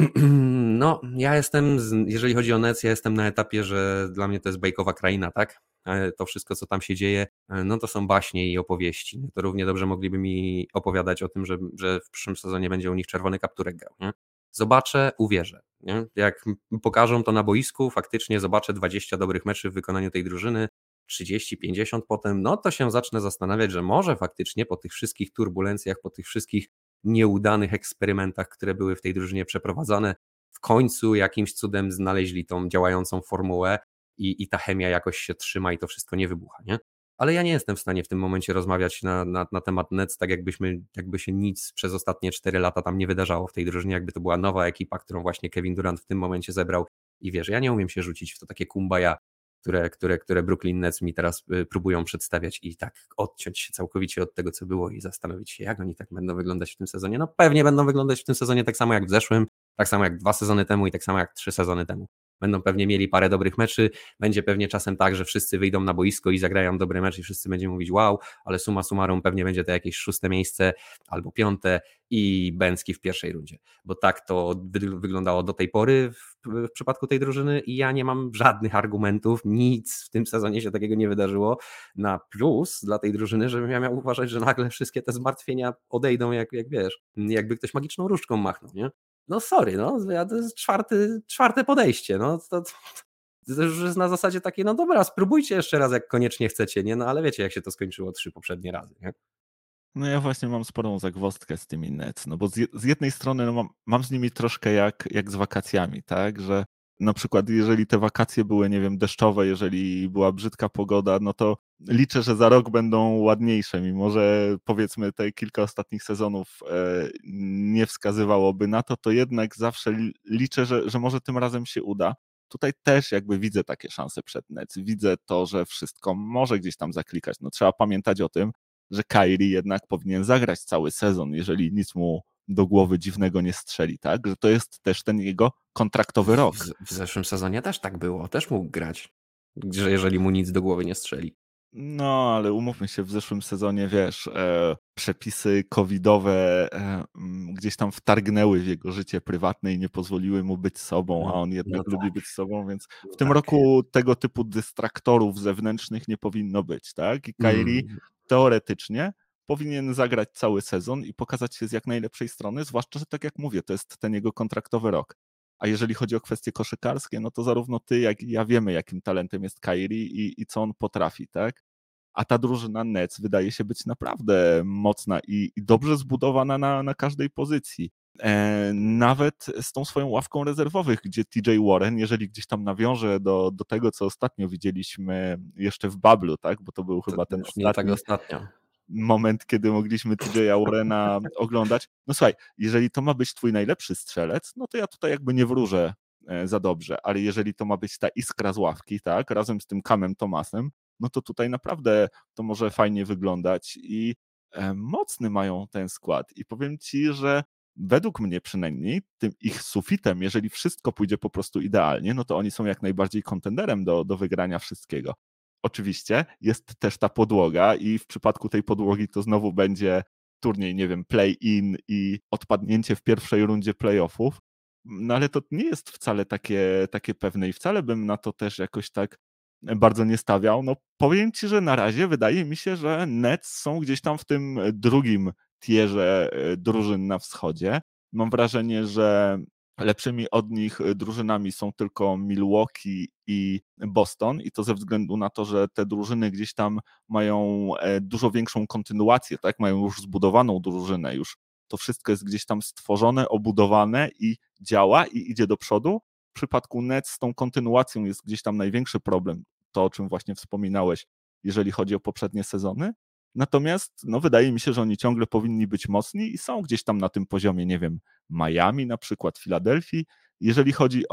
No, ja jestem, z- jeżeli chodzi o Nets, ja jestem na etapie, że dla mnie to jest bajkowa kraina, tak? E, To wszystko, co tam się dzieje, e, no to są baśnie i opowieści. To równie dobrze mogliby mi opowiadać o tym, że, że w przyszłym sezonie będzie u nich czerwony kapturek grał, nie? Zobaczę, uwierzę, nie? Jak m- pokażą to na boisku, faktycznie zobaczę dwadzieścia dobrych meczy w wykonaniu tej drużyny, trzydzieści pięćdziesiąt potem, no to się zacznę zastanawiać, że może faktycznie po tych wszystkich turbulencjach, po tych wszystkich nieudanych eksperymentach, które były w tej drużynie przeprowadzane, w końcu jakimś cudem znaleźli tą działającą formułę i, i ta chemia jakoś się trzyma i to wszystko nie wybucha, nie? Ale ja nie jestem w stanie w tym momencie rozmawiać na, na, na temat Nets, tak jakbyśmy, jakby się nic przez ostatnie cztery lata tam nie wydarzało w tej drużynie, jakby to była nowa ekipa, którą właśnie Kevin Durant w tym momencie zebrał i wiesz, ja nie umiem się rzucić w to takie kumbaya, które, które, które Brooklyn Nets mi teraz y, próbują przedstawiać i tak odciąć się całkowicie od tego, co było i zastanowić się, jak oni tak będą wyglądać w tym sezonie. No pewnie będą wyglądać w tym sezonie tak samo jak w zeszłym, tak samo jak dwa sezony temu i tak samo jak trzy sezony temu. Będą pewnie mieli parę dobrych meczy, będzie pewnie czasem tak, że wszyscy wyjdą na boisko i zagrają dobry mecz i wszyscy będziemy mówić wow, ale summa summarum pewnie będzie to jakieś szóste miejsce albo piąte i Bęcki w pierwszej rundzie, bo tak to wy- wyglądało do tej pory w, w przypadku tej drużyny i ja nie mam żadnych argumentów, nic w tym sezonie się takiego nie wydarzyło na plus dla tej drużyny, żebym ja miał uważać, że nagle wszystkie te zmartwienia odejdą, jak, jak wiesz, jakby ktoś magiczną różdżką machnął, nie? No sorry, no, ja to jest czwarty, czwarte podejście, no, to, to, to już jest na zasadzie takiej, no dobra, spróbujcie jeszcze raz, jak koniecznie chcecie, nie? No ale wiecie, jak się to skończyło trzy poprzednie razy, nie? No ja właśnie mam sporą zagwozdkę z tymi Nets, no bo z, je, z jednej strony no mam, mam z nimi troszkę jak, jak z wakacjami, tak, że na przykład jeżeli te wakacje były, nie wiem, deszczowe, jeżeli była brzydka pogoda, no to liczę, że za rok będą ładniejsze, mimo że powiedzmy te kilka ostatnich sezonów e, nie wskazywałoby na to, to jednak zawsze li, liczę, że, że może tym razem się uda. Tutaj też jakby widzę takie szanse przed Nets, widzę to, że wszystko może gdzieś tam zaklikać, no trzeba pamiętać o tym, że Kyrie jednak powinien zagrać cały sezon, jeżeli nic mu do głowy dziwnego nie strzeli, tak? Że to jest też ten jego kontraktowy W, rok. w, w zeszłym sezonie też tak było, też mógł grać, że jeżeli mu nic do głowy nie strzeli. No, ale umówmy się, w zeszłym sezonie, wiesz, e, przepisy covidowe e, m, gdzieś tam wtargnęły w jego życie prywatne i nie pozwoliły mu być sobą, a No, on jednak no lubi tak, być sobą, więc no w tym tak. roku tego typu dystraktorów zewnętrznych nie powinno być, tak? I Kyrie Mm, teoretycznie powinien zagrać cały sezon i pokazać się z jak najlepszej strony, zwłaszcza, że tak jak mówię, to jest ten jego kontraktowy rok. A jeżeli chodzi o kwestie koszykarskie, no to zarówno ty, jak i ja wiemy, jakim talentem jest Kyrie i, i co on potrafi, tak? A ta drużyna Nets wydaje się być naprawdę mocna i, i dobrze zbudowana na, na każdej pozycji. E, nawet z tą swoją ławką rezerwowych, gdzie T J Warren, jeżeli gdzieś tam nawiąże do, do tego, co ostatnio widzieliśmy jeszcze w Bablu, tak? Bo to był to chyba ten już nie tak ostatni ostatnio. moment, kiedy mogliśmy T J Warrena oglądać. No słuchaj, jeżeli to ma być twój najlepszy strzelec, no to ja tutaj jakby nie wróżę e, za dobrze, ale jeżeli to ma być ta iskra z ławki, tak, razem z tym Camem Thomasem, no to tutaj naprawdę to może fajnie wyglądać i e, mocny mają ten skład. I powiem ci, że według mnie przynajmniej tym ich sufitem, jeżeli wszystko pójdzie po prostu idealnie, no to oni są jak najbardziej kontenderem do, do wygrania wszystkiego. Oczywiście jest też ta podłoga i w przypadku tej podłogi to znowu będzie turniej, nie wiem, play-in i odpadnięcie w pierwszej rundzie playoffów, no ale to nie jest wcale takie, takie pewne i wcale bym na to też jakoś tak bardzo nie stawiał. No powiem ci, że na razie wydaje mi się, że Nets są gdzieś tam w tym drugim tierze e, drużyn na wschodzie. Mam wrażenie, że lepszymi od nich drużynami są tylko Milwaukee i Boston i to ze względu na to, że te drużyny gdzieś tam mają e, dużo większą kontynuację, tak? Mają już zbudowaną drużynę, już to wszystko jest gdzieś tam stworzone, obudowane i działa i idzie do przodu. W przypadku Nets z tą kontynuacją jest gdzieś tam największy problem, to o czym właśnie wspominałeś, jeżeli chodzi o poprzednie sezony. Natomiast no, wydaje mi się, że oni ciągle powinni być mocni i są gdzieś tam na tym poziomie, nie wiem, Miami na przykład, Filadelfii. Jeżeli chodzi o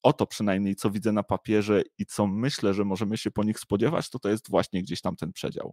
o to przynajmniej, co widzę na papierze i co myślę, że możemy się po nich spodziewać, to to jest właśnie gdzieś tam ten przedział.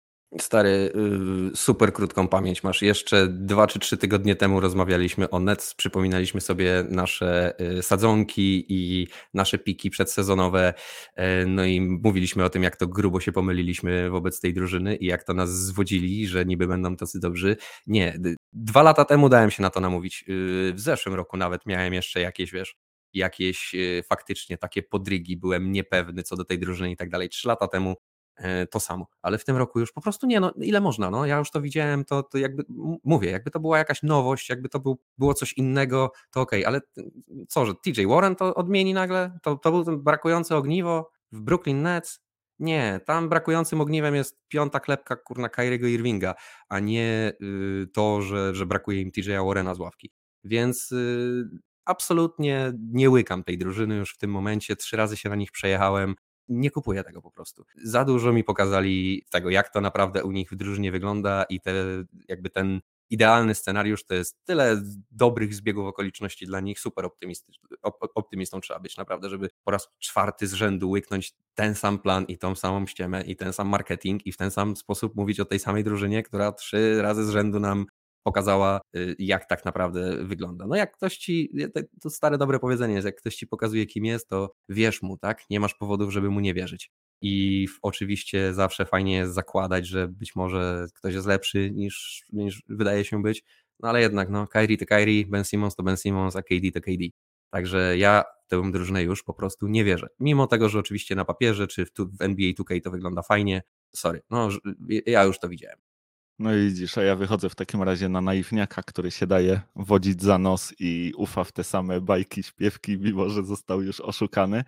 Stary, yy, super krótką pamięć masz. Jeszcze dwa czy trzy tygodnie temu rozmawialiśmy o Nets, przypominaliśmy sobie nasze yy, sadzonki i nasze piki przedsezonowe, yy, no i mówiliśmy o tym, jak to grubo się pomyliliśmy wobec tej drużyny i jak to nas zwodzili, że niby będą tacy dobrzy. Nie, d- dwa lata temu dałem się na to namówić. Yy, w zeszłym roku nawet miałem jeszcze jakieś, wiesz, jakieś yy, faktycznie takie podrygi, byłem niepewny co do tej drużyny i tak dalej. Trzy lata temu e, to samo, ale w tym roku już po prostu nie, no ile można, no ja już to widziałem, to, to jakby m- mówię, jakby to była jakaś nowość, jakby to był, było coś innego, to okej, ale co, że T J Warren to odmieni nagle? To, to był ten brakujące ogniwo w Brooklyn Nets? Nie, tam brakującym ogniwem jest piąta klepka kurna Kyriego Irvinga, a nie y, to, że, że brakuje im T J Warrena z ławki. Więc y, absolutnie nie łykam tej drużyny już w tym momencie, trzy razy się na nich przejechałem, nie kupuję tego po prostu. Za dużo mi pokazali tego, jak to naprawdę u nich w drużynie wygląda i te, jakby ten idealny scenariusz to jest tyle dobrych zbiegów okoliczności dla nich, super optymistyczny, op- optymistą trzeba być naprawdę, żeby po raz czwarty z rzędu łyknąć ten sam plan i tą samą ściemę i ten sam marketing i w ten sam sposób mówić o tej samej drużynie, która trzy razy z rzędu nam pokazała, y, jak tak naprawdę wygląda. No jak ktoś ci, to stare dobre powiedzenie jest, jak ktoś ci pokazuje kim jest, to wierz mu, tak? Nie masz powodów, żeby mu nie wierzyć. I w- oczywiście zawsze fajnie jest zakładać, że być może ktoś jest lepszy niż, niż wydaje się być, no ale jednak no Kyrie to Kyrie, Ben Simmons to Ben Simmons, a K D to K D. Także ja w tę drużynę już po prostu nie wierzę. Mimo tego, że oczywiście na papierze czy w, tu- w N B A two K to wygląda fajnie, sorry, no ż- ja już to widziałem. No i widzisz, a ja wychodzę w takim razie na naiwniaka, który się daje wodzić za nos i ufa w te same bajki, śpiewki, mimo że został już oszukany.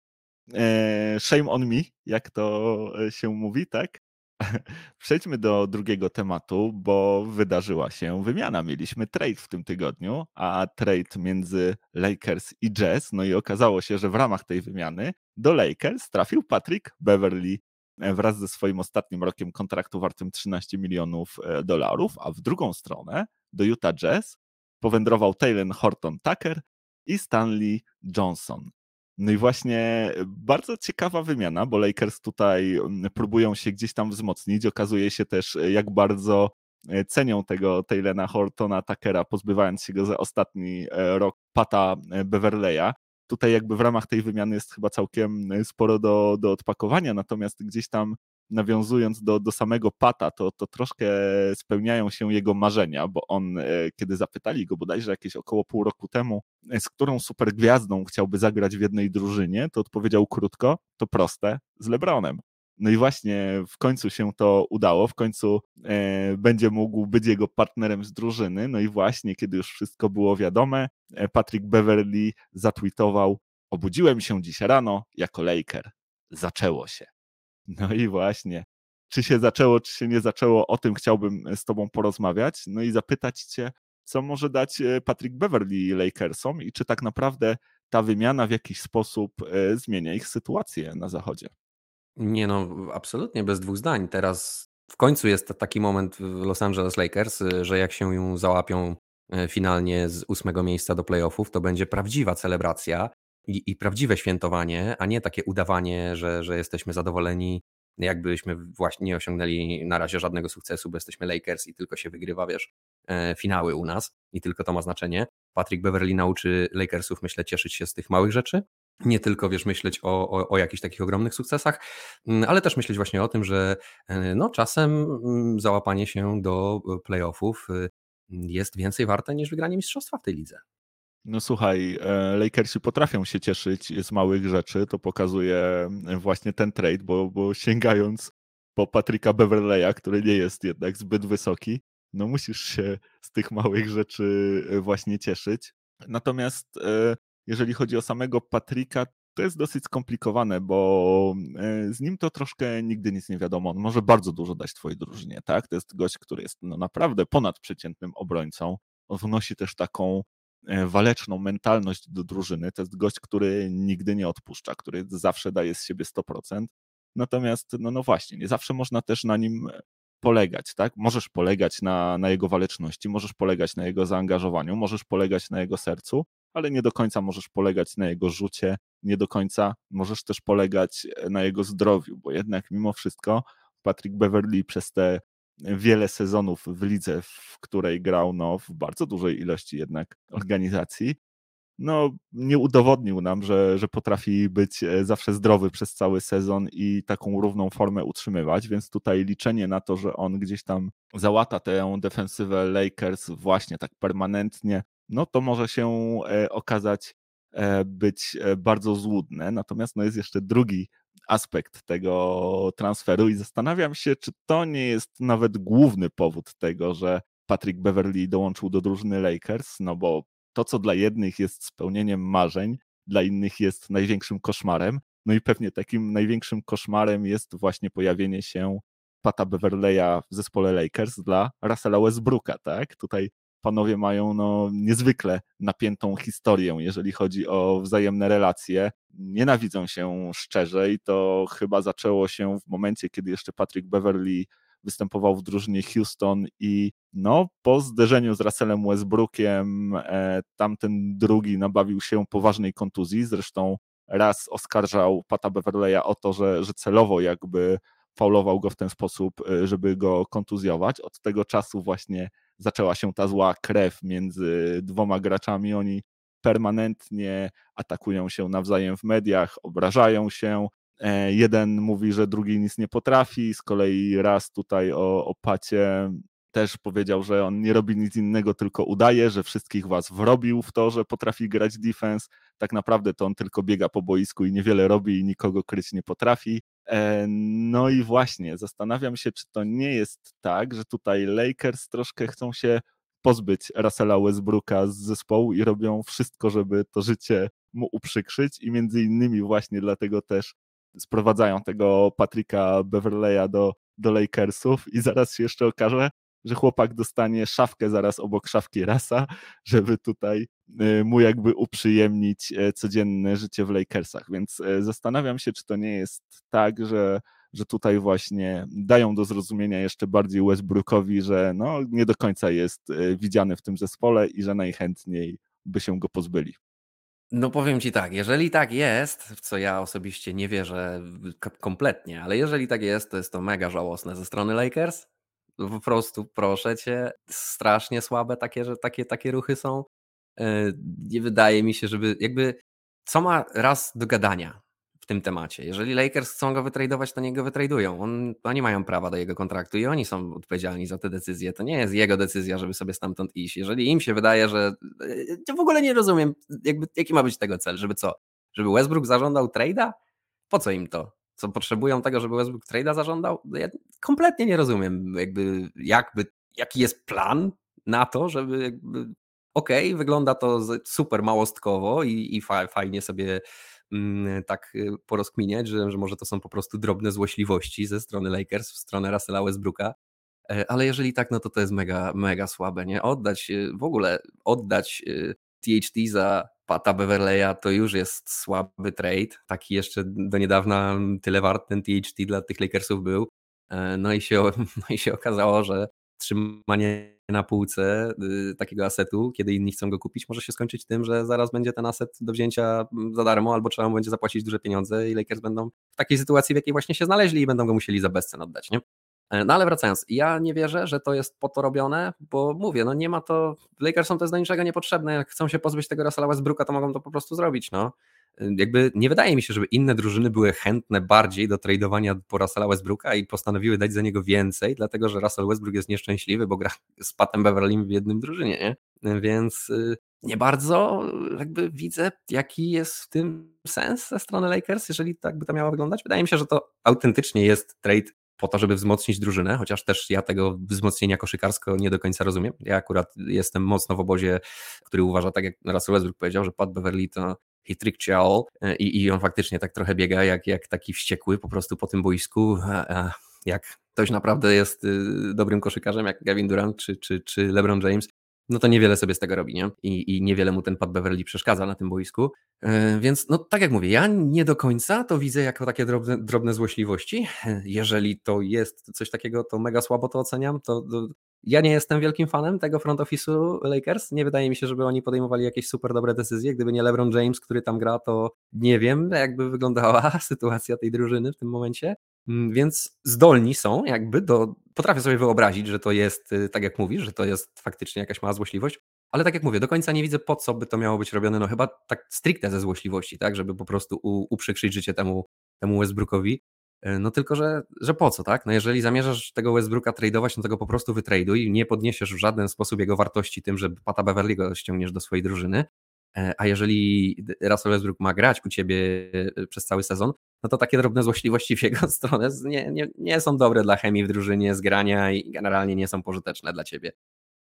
Eee, shame on me, jak to e, się mówi, tak? Przejdźmy do drugiego tematu, bo wydarzyła się wymiana. Mieliśmy trade w tym tygodniu, a trade między Lakers i Jazz. No i okazało się, że w ramach tej wymiany do Lakers trafił Patrick Beverley e, wraz ze swoim ostatnim rokiem kontraktu wartym trzynaście milionów e, dolarów, a w drugą stronę do Utah Jazz powędrował Talen Horton Tucker i Stanley Johnson. No i właśnie bardzo ciekawa wymiana, bo Lakers tutaj mm, próbują się gdzieś tam wzmocnić. Okazuje się też, e, jak bardzo e, cenią tego Talena Hortona Tuckera, pozbywając się go za ostatni e, rok Pata e, Beverleya. Tutaj jakby w ramach tej wymiany jest chyba całkiem e, sporo do, do odpakowania, natomiast gdzieś tam nawiązując do, do samego Pata, to, to troszkę spełniają się jego marzenia, bo on, e, kiedy zapytali go bodajże jakieś około pół roku temu, e, z którą supergwiazdą chciałby zagrać w jednej drużynie, to odpowiedział krótko, to proste, z LeBronem. No i właśnie w końcu się to udało, w końcu e, będzie mógł być jego partnerem z drużyny, no i właśnie kiedy już wszystko było wiadome, e, Patrick Beverley zatweetował: obudziłem się dziś rano jako Laker. Zaczęło się. No i właśnie, czy się zaczęło, czy się nie zaczęło, o tym chciałbym z tobą porozmawiać, no i zapytać cię, co może dać e, Patrick Beverley Lakersom i czy tak naprawdę ta wymiana w jakiś sposób e, zmienia ich sytuację na zachodzie. Nie no, absolutnie bez dwóch zdań. Teraz w końcu jest taki moment w Los Angeles Lakers, y, że jak się ją załapią y, finalnie z ósmego miejsca do playoffów, to będzie prawdziwa celebracja i, i prawdziwe świętowanie, a nie takie udawanie, że, że jesteśmy zadowoleni, jakbyśmy właśnie nie osiągnęli na razie żadnego sukcesu, bo jesteśmy Lakers i tylko się wygrywa, wiesz, e, finały u nas i tylko to ma znaczenie. Patrick Beverley nauczy Lakersów, myślę, cieszyć się z tych małych rzeczy, nie tylko, wiesz, myśleć o, o, o jakichś takich ogromnych sukcesach, mm, ale też myśleć właśnie o tym, że e, no, czasem mm, załapanie się do e, playoffów y, jest więcej warte niż wygranie mistrzostwa w tej lidze. No słuchaj, e, Lakersi potrafią się cieszyć z małych rzeczy, to pokazuje e, właśnie ten trade, bo, bo sięgając po Patricka Beverleya, który nie jest jednak zbyt wysoki, no musisz się z tych małych rzeczy e, właśnie cieszyć. Natomiast e, jeżeli chodzi o samego Patricka, to jest dosyć skomplikowane, bo e, z nim to troszkę nigdy nic nie wiadomo. On może bardzo dużo dać twojej drużynie, tak? To jest gość, który jest no naprawdę ponadprzeciętnym obrońcą. On wnosi też taką e, waleczną mentalność do drużyny. To jest gość, który nigdy nie odpuszcza, który zawsze daje z siebie sto procent. Natomiast, no, no właśnie, nie zawsze można też na nim polegać, tak? Możesz polegać na, na jego waleczności, możesz polegać na jego zaangażowaniu, możesz polegać na jego sercu, ale nie do końca możesz polegać na jego rzucie nie do końca możesz też polegać na jego zdrowiu, bo jednak mimo wszystko Patrick Beverley przez te wiele sezonów w lidze, w której grał no, w bardzo dużej ilości jednak organizacji, no, nie udowodnił nam, że, że potrafi być zawsze zdrowy przez cały sezon i taką równą formę utrzymywać, więc tutaj liczenie na to, że on gdzieś tam załata tę defensywę Lakers właśnie tak permanentnie, no to może się okazać być bardzo złudne. Natomiast no, jest jeszcze drugi aspekt tego transferu i zastanawiam się, czy to nie jest nawet główny powód tego, że Patrick Beverley dołączył do drużyny Lakers, no bo to, co dla jednych jest spełnieniem marzeń, dla innych jest największym koszmarem. No i pewnie takim największym koszmarem jest właśnie pojawienie się Pata Beverleya w zespole Lakers dla Russella Westbrooka, tak? Tutaj panowie mają no, niezwykle napiętą historię, jeżeli chodzi o wzajemne relacje. Nienawidzą się szczerze i to chyba zaczęło się w momencie, kiedy jeszcze Patrick Beverley występował w drużynie Houston i no, po zderzeniu z Russellem Westbrookiem e, tamten drugi nabawił się poważnej kontuzji, zresztą raz oskarżał Pata Beverleya o to, że, że celowo jakby faulował go w ten sposób, żeby go kontuzjować. Od tego czasu właśnie zaczęła się ta zła krew między dwoma graczami, oni permanentnie atakują się nawzajem w mediach, obrażają się. Jeden mówi, że drugi nic nie potrafi, z kolei raz tutaj o, o Pacie też powiedział, że on nie robi nic innego, tylko udaje, że wszystkich was wrobił w to, że potrafi grać defense. Tak naprawdę to on tylko biega po boisku i niewiele robi i nikogo kryć nie potrafi. No i właśnie, zastanawiam się, czy to nie jest tak, że tutaj Lakers troszkę chcą się pozbyć Russella Westbrooka z zespołu i robią wszystko, żeby to życie mu uprzykrzyć i między innymi właśnie dlatego też sprowadzają tego Patricka Beverleya do, do Lakersów i zaraz się jeszcze okaże, że chłopak dostanie szafkę zaraz obok szafki Rasa, żeby tutaj mu jakby uprzyjemnić codzienne życie w Lakersach, więc zastanawiam się, czy to nie jest tak, że, że tutaj właśnie dają do zrozumienia jeszcze bardziej Westbrookowi, że no nie do końca jest widziany w tym zespole i że najchętniej by się go pozbyli. No powiem ci tak, jeżeli tak jest, w co ja osobiście nie wierzę kompletnie, ale jeżeli tak jest, to jest to mega żałosne ze strony Lakers. Po prostu proszę cię, strasznie słabe takie, że takie, takie ruchy są. Nie wydaje mi się, żeby jakby co ma raz do gadania w tym temacie. Jeżeli Lakers chcą go wytradować, to niech go wytradują. On, oni mają prawa do jego kontraktu i oni są odpowiedzialni za te decyzje. To nie jest jego decyzja, żeby sobie stamtąd iść. Jeżeli im się wydaje, że ja w ogóle nie rozumiem, jakby, jaki ma być tego cel, żeby co? Żeby Westbrook zażądał trade'a? Po co im to? Co potrzebują tego, żeby Westbrook trade'a zażądał? Ja kompletnie nie rozumiem, jakby, jakby, jaki jest plan na to, żeby jakby okej, okay, wygląda to super małostkowo i, i fa, fajnie sobie mm, tak porozkminiać, że, że może to są po prostu drobne złośliwości ze strony Lakers w stronę Russella Westbrooka, ale jeżeli tak, no to to jest mega, mega słabe, nie? Oddać, w ogóle oddać T H T za Pata Beverleya to już jest słaby trade, taki jeszcze do niedawna tyle wart ten T H T dla tych Lakersów był, no i się, no i się okazało, że trzymanie na półce y, takiego asetu, kiedy inni chcą go kupić, może się skończyć tym, że zaraz będzie ten aset do wzięcia za darmo, albo trzeba mu będzie zapłacić duże pieniądze i Lakers będą w takiej sytuacji, w jakiej właśnie się znaleźli i będą go musieli za bezcen oddać, nie? No ale wracając, ja nie wierzę, że to jest po to robione, bo mówię, no nie ma to, Lakersom to jest do niczego niepotrzebne, jak chcą się pozbyć tego Russella Westbrooka, to mogą to po prostu zrobić, no. Jakby nie wydaje mi się, żeby inne drużyny były chętne bardziej do tradowania po Russella Westbrooka i postanowiły dać za niego więcej, dlatego że Russell Westbrook jest nieszczęśliwy, bo gra z Patem Beverleym w jednym drużynie, nie? Więc nie bardzo jakby widzę, jaki jest w tym sens ze strony Lakers, jeżeli tak by to miało wyglądać. Wydaje mi się, że to autentycznie jest trade po to, żeby wzmocnić drużynę, chociaż też ja tego wzmocnienia koszykarsko nie do końca rozumiem. Ja akurat jestem mocno w obozie, który uważa, tak jak Russell Westbrook powiedział, że Pat Beverley to he tricked you all i, i on faktycznie tak trochę biega jak, jak taki wściekły po prostu po tym boisku. Jak ktoś naprawdę jest dobrym koszykarzem, jak Kevin Durant czy, czy, czy LeBron James, no to niewiele sobie z tego robi, nie? I, i niewiele mu ten Pat Beverley przeszkadza na tym boisku. Yy, więc no tak jak mówię, ja nie do końca to widzę jako takie drobne, drobne złośliwości. Jeżeli to jest coś takiego, to mega słabo to oceniam. To, to Ja nie jestem wielkim fanem tego front office'u Lakers. Nie wydaje mi się, żeby oni podejmowali jakieś super dobre decyzje. Gdyby nie LeBron James, który tam gra, to nie wiem, jakby wyglądała sytuacja tej drużyny w tym momencie. Więc zdolni są jakby do... Potrafię sobie wyobrazić, że to jest, tak jak mówisz, że to jest faktycznie jakaś mała złośliwość, ale tak jak mówię, do końca nie widzę, po co by to miało być robione, no chyba tak stricte ze złośliwości, tak, żeby po prostu u, uprzykrzyć życie temu, temu Westbrookowi. No tylko, że, że po co, tak? No jeżeli zamierzasz tego Westbrooka tradeować, no to go po prostu wytraduj, nie podniesiesz w żaden sposób jego wartości tym, że Pata Beverly'ego ściągniesz do swojej drużyny, a jeżeli Russell Westbrook ma grać u ciebie przez cały sezon, no to takie drobne złośliwości w jego stronę nie, nie, nie są dobre dla chemii w drużynie, zgrania i generalnie nie są pożyteczne dla ciebie.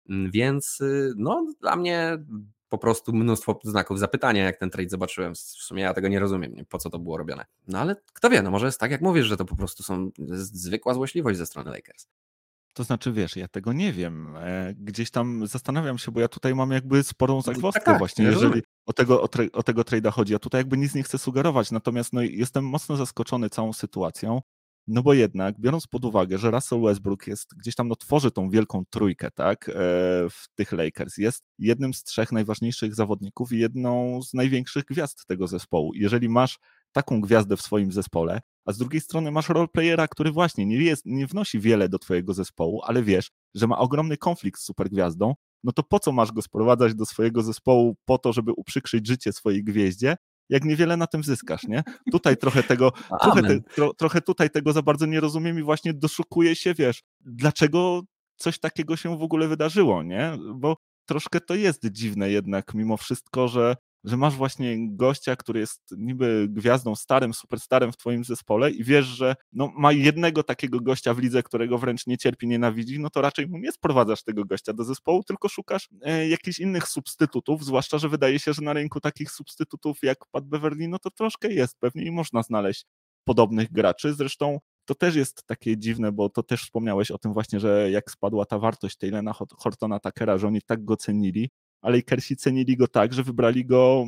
Więc no dla mnie po prostu mnóstwo znaków zapytania, jak ten trade zobaczyłem. W sumie ja tego nie rozumiem, po co to było robione. No ale kto wie, no może jest tak jak mówisz, że to po prostu są zwykła złośliwość ze strony Lakers. To znaczy, wiesz, ja tego nie wiem. Gdzieś tam zastanawiam się, bo ja tutaj mam jakby sporą zagwozdkę tak, tak, właśnie, ja jeżeli rozumiem. o tego, o, tre, o tego trade'a chodzi. Ja tutaj jakby nic nie chcę sugerować, natomiast no, jestem mocno zaskoczony całą sytuacją, no bo jednak, biorąc pod uwagę, że Russell Westbrook jest gdzieś tam, no tworzy tą wielką trójkę, tak, w tych Lakers, jest jednym z trzech najważniejszych zawodników i jedną z największych gwiazd tego zespołu. Jeżeli masz taką gwiazdę w swoim zespole, a z drugiej strony masz roleplayera, który właśnie nie, jest, nie wnosi wiele do twojego zespołu, ale wiesz, że ma ogromny konflikt z supergwiazdą, no to po co masz go sprowadzać do swojego zespołu po to, żeby uprzykrzyć życie swojej gwieździe, jak niewiele na tym zyskasz, nie? Tutaj trochę tego, trochę, te, tro, trochę tutaj tego za bardzo nie rozumiem i właśnie doszukuję się, wiesz, dlaczego coś takiego się w ogóle wydarzyło, nie? Bo troszkę to jest dziwne jednak mimo wszystko, że że masz właśnie gościa, który jest niby gwiazdą starym, superstarem w twoim zespole i wiesz, że no, ma jednego takiego gościa w lidze, którego wręcz nie cierpi, nienawidzi, no to raczej mu nie sprowadzasz tego gościa do zespołu, tylko szukasz e, jakichś innych substytutów, zwłaszcza, że wydaje się, że na rynku takich substytutów jak Pat Beverly, no to troszkę jest pewnie i można znaleźć podobnych graczy. Zresztą to też jest takie dziwne, bo to też wspomniałeś o tym właśnie, że jak spadła ta wartość Taylora Hortona Tuckera, że oni tak go cenili, ale Lakersi cenili go tak, że wybrali go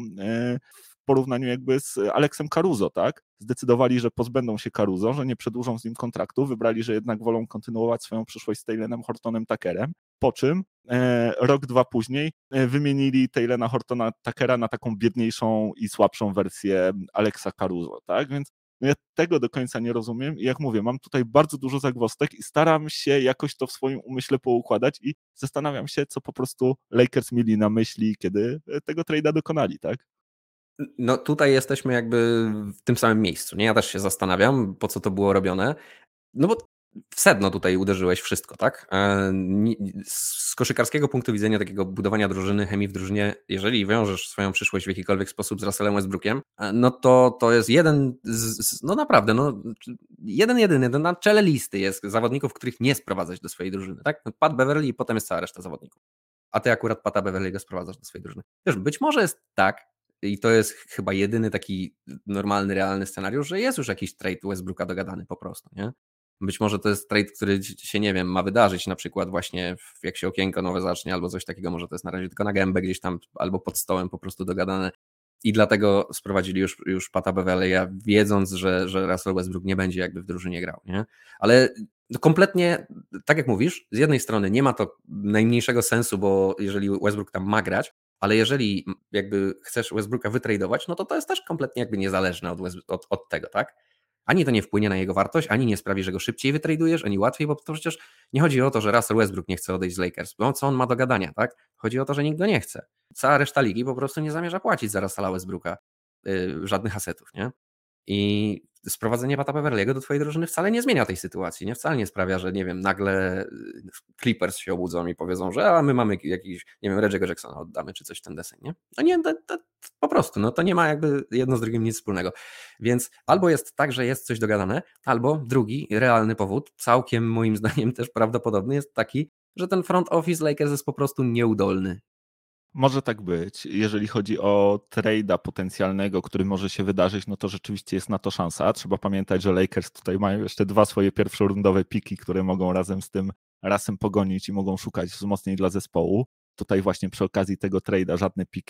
w porównaniu jakby z Alexem Caruso, tak? Zdecydowali, że pozbędą się Caruso, że nie przedłużą z nim kontraktu, wybrali, że jednak wolą kontynuować swoją przyszłość z Taylorem Hortonem Tuckerem, po czym e, rok, dwa później e, wymienili Taylora Hortona Tuckera na taką biedniejszą i słabszą wersję Alexa Caruso, tak? Więc no ja tego do końca nie rozumiem i jak mówię, mam tutaj bardzo dużo zagwozdek i staram się jakoś to w swoim umyśle poukładać i zastanawiam się, co po prostu Lakers mieli na myśli, kiedy tego trade'a dokonali, tak? No tutaj jesteśmy jakby w tym samym miejscu, nie? Ja też się zastanawiam, po co to było robione, no bo w sedno tutaj uderzyłeś wszystko, tak? Z koszykarskiego punktu widzenia takiego budowania drużyny, chemii w drużynie, jeżeli wiążesz swoją przyszłość w jakikolwiek sposób z Russellem Westbrookiem, no to to jest jeden z, no naprawdę, no jeden jedyny, na czele listy jest zawodników, których nie sprowadzać do swojej drużyny, tak? Pat Beverly i potem jest cała reszta zawodników. A ty akurat Pata Beverly'ego sprowadzasz do swojej drużyny. Wiesz, być może jest tak, i to jest chyba jedyny taki normalny, realny scenariusz, że jest już jakiś trade Westbrooka dogadany po prostu, nie? Być może to jest trade, który się, nie wiem, ma wydarzyć, na przykład właśnie jak się okienko nowe zacznie albo coś takiego, może to jest na razie tylko na gębę gdzieś tam albo pod stołem po prostu dogadane i dlatego sprowadzili już, już Pata Beverly'a, wiedząc, że, że Russell Westbrook nie będzie jakby w drużynie grał, nie? Ale kompletnie, tak jak mówisz, z jednej strony nie ma to najmniejszego sensu, bo jeżeli Westbrook tam ma grać, ale jeżeli jakby chcesz Westbrooka wytradować, no to to jest też kompletnie jakby niezależne od, od, od tego, tak? Ani to nie wpłynie na jego wartość, ani nie sprawi, że go szybciej wytradujesz, ani łatwiej, bo to przecież nie chodzi o to, że Russell Westbrook nie chce odejść z Lakers, bo co on ma do gadania, tak? Chodzi o to, że nikt go nie chce. Cała reszta ligi po prostu nie zamierza płacić za Russella Westbrooka yy, żadnych asetów, nie? I sprowadzenie Pata Beverly'ego do twojej drużyny wcale nie zmienia tej sytuacji, nie? Wcale nie sprawia, że nie wiem, nagle Clippers się obudzą i powiedzą, że a my mamy jakiś, nie wiem, Reggie'ego Jacksona oddamy, czy coś w ten deseń, nie? No nie, to, to, po prostu, no to nie ma jakby jedno z drugim nic wspólnego. Więc albo jest tak, że jest coś dogadane, albo drugi, realny powód, całkiem moim zdaniem też prawdopodobny, jest taki, że ten front office Lakers jest po prostu nieudolny. Może tak być. Jeżeli chodzi o trade'a potencjalnego, który może się wydarzyć, no to rzeczywiście jest na to szansa. Trzeba pamiętać, że Lakers tutaj mają jeszcze dwa swoje pierwszorundowe piki, które mogą razem z tym Russem pogonić i mogą szukać wzmocnień dla zespołu. Tutaj właśnie przy okazji tego trade'a żadne piki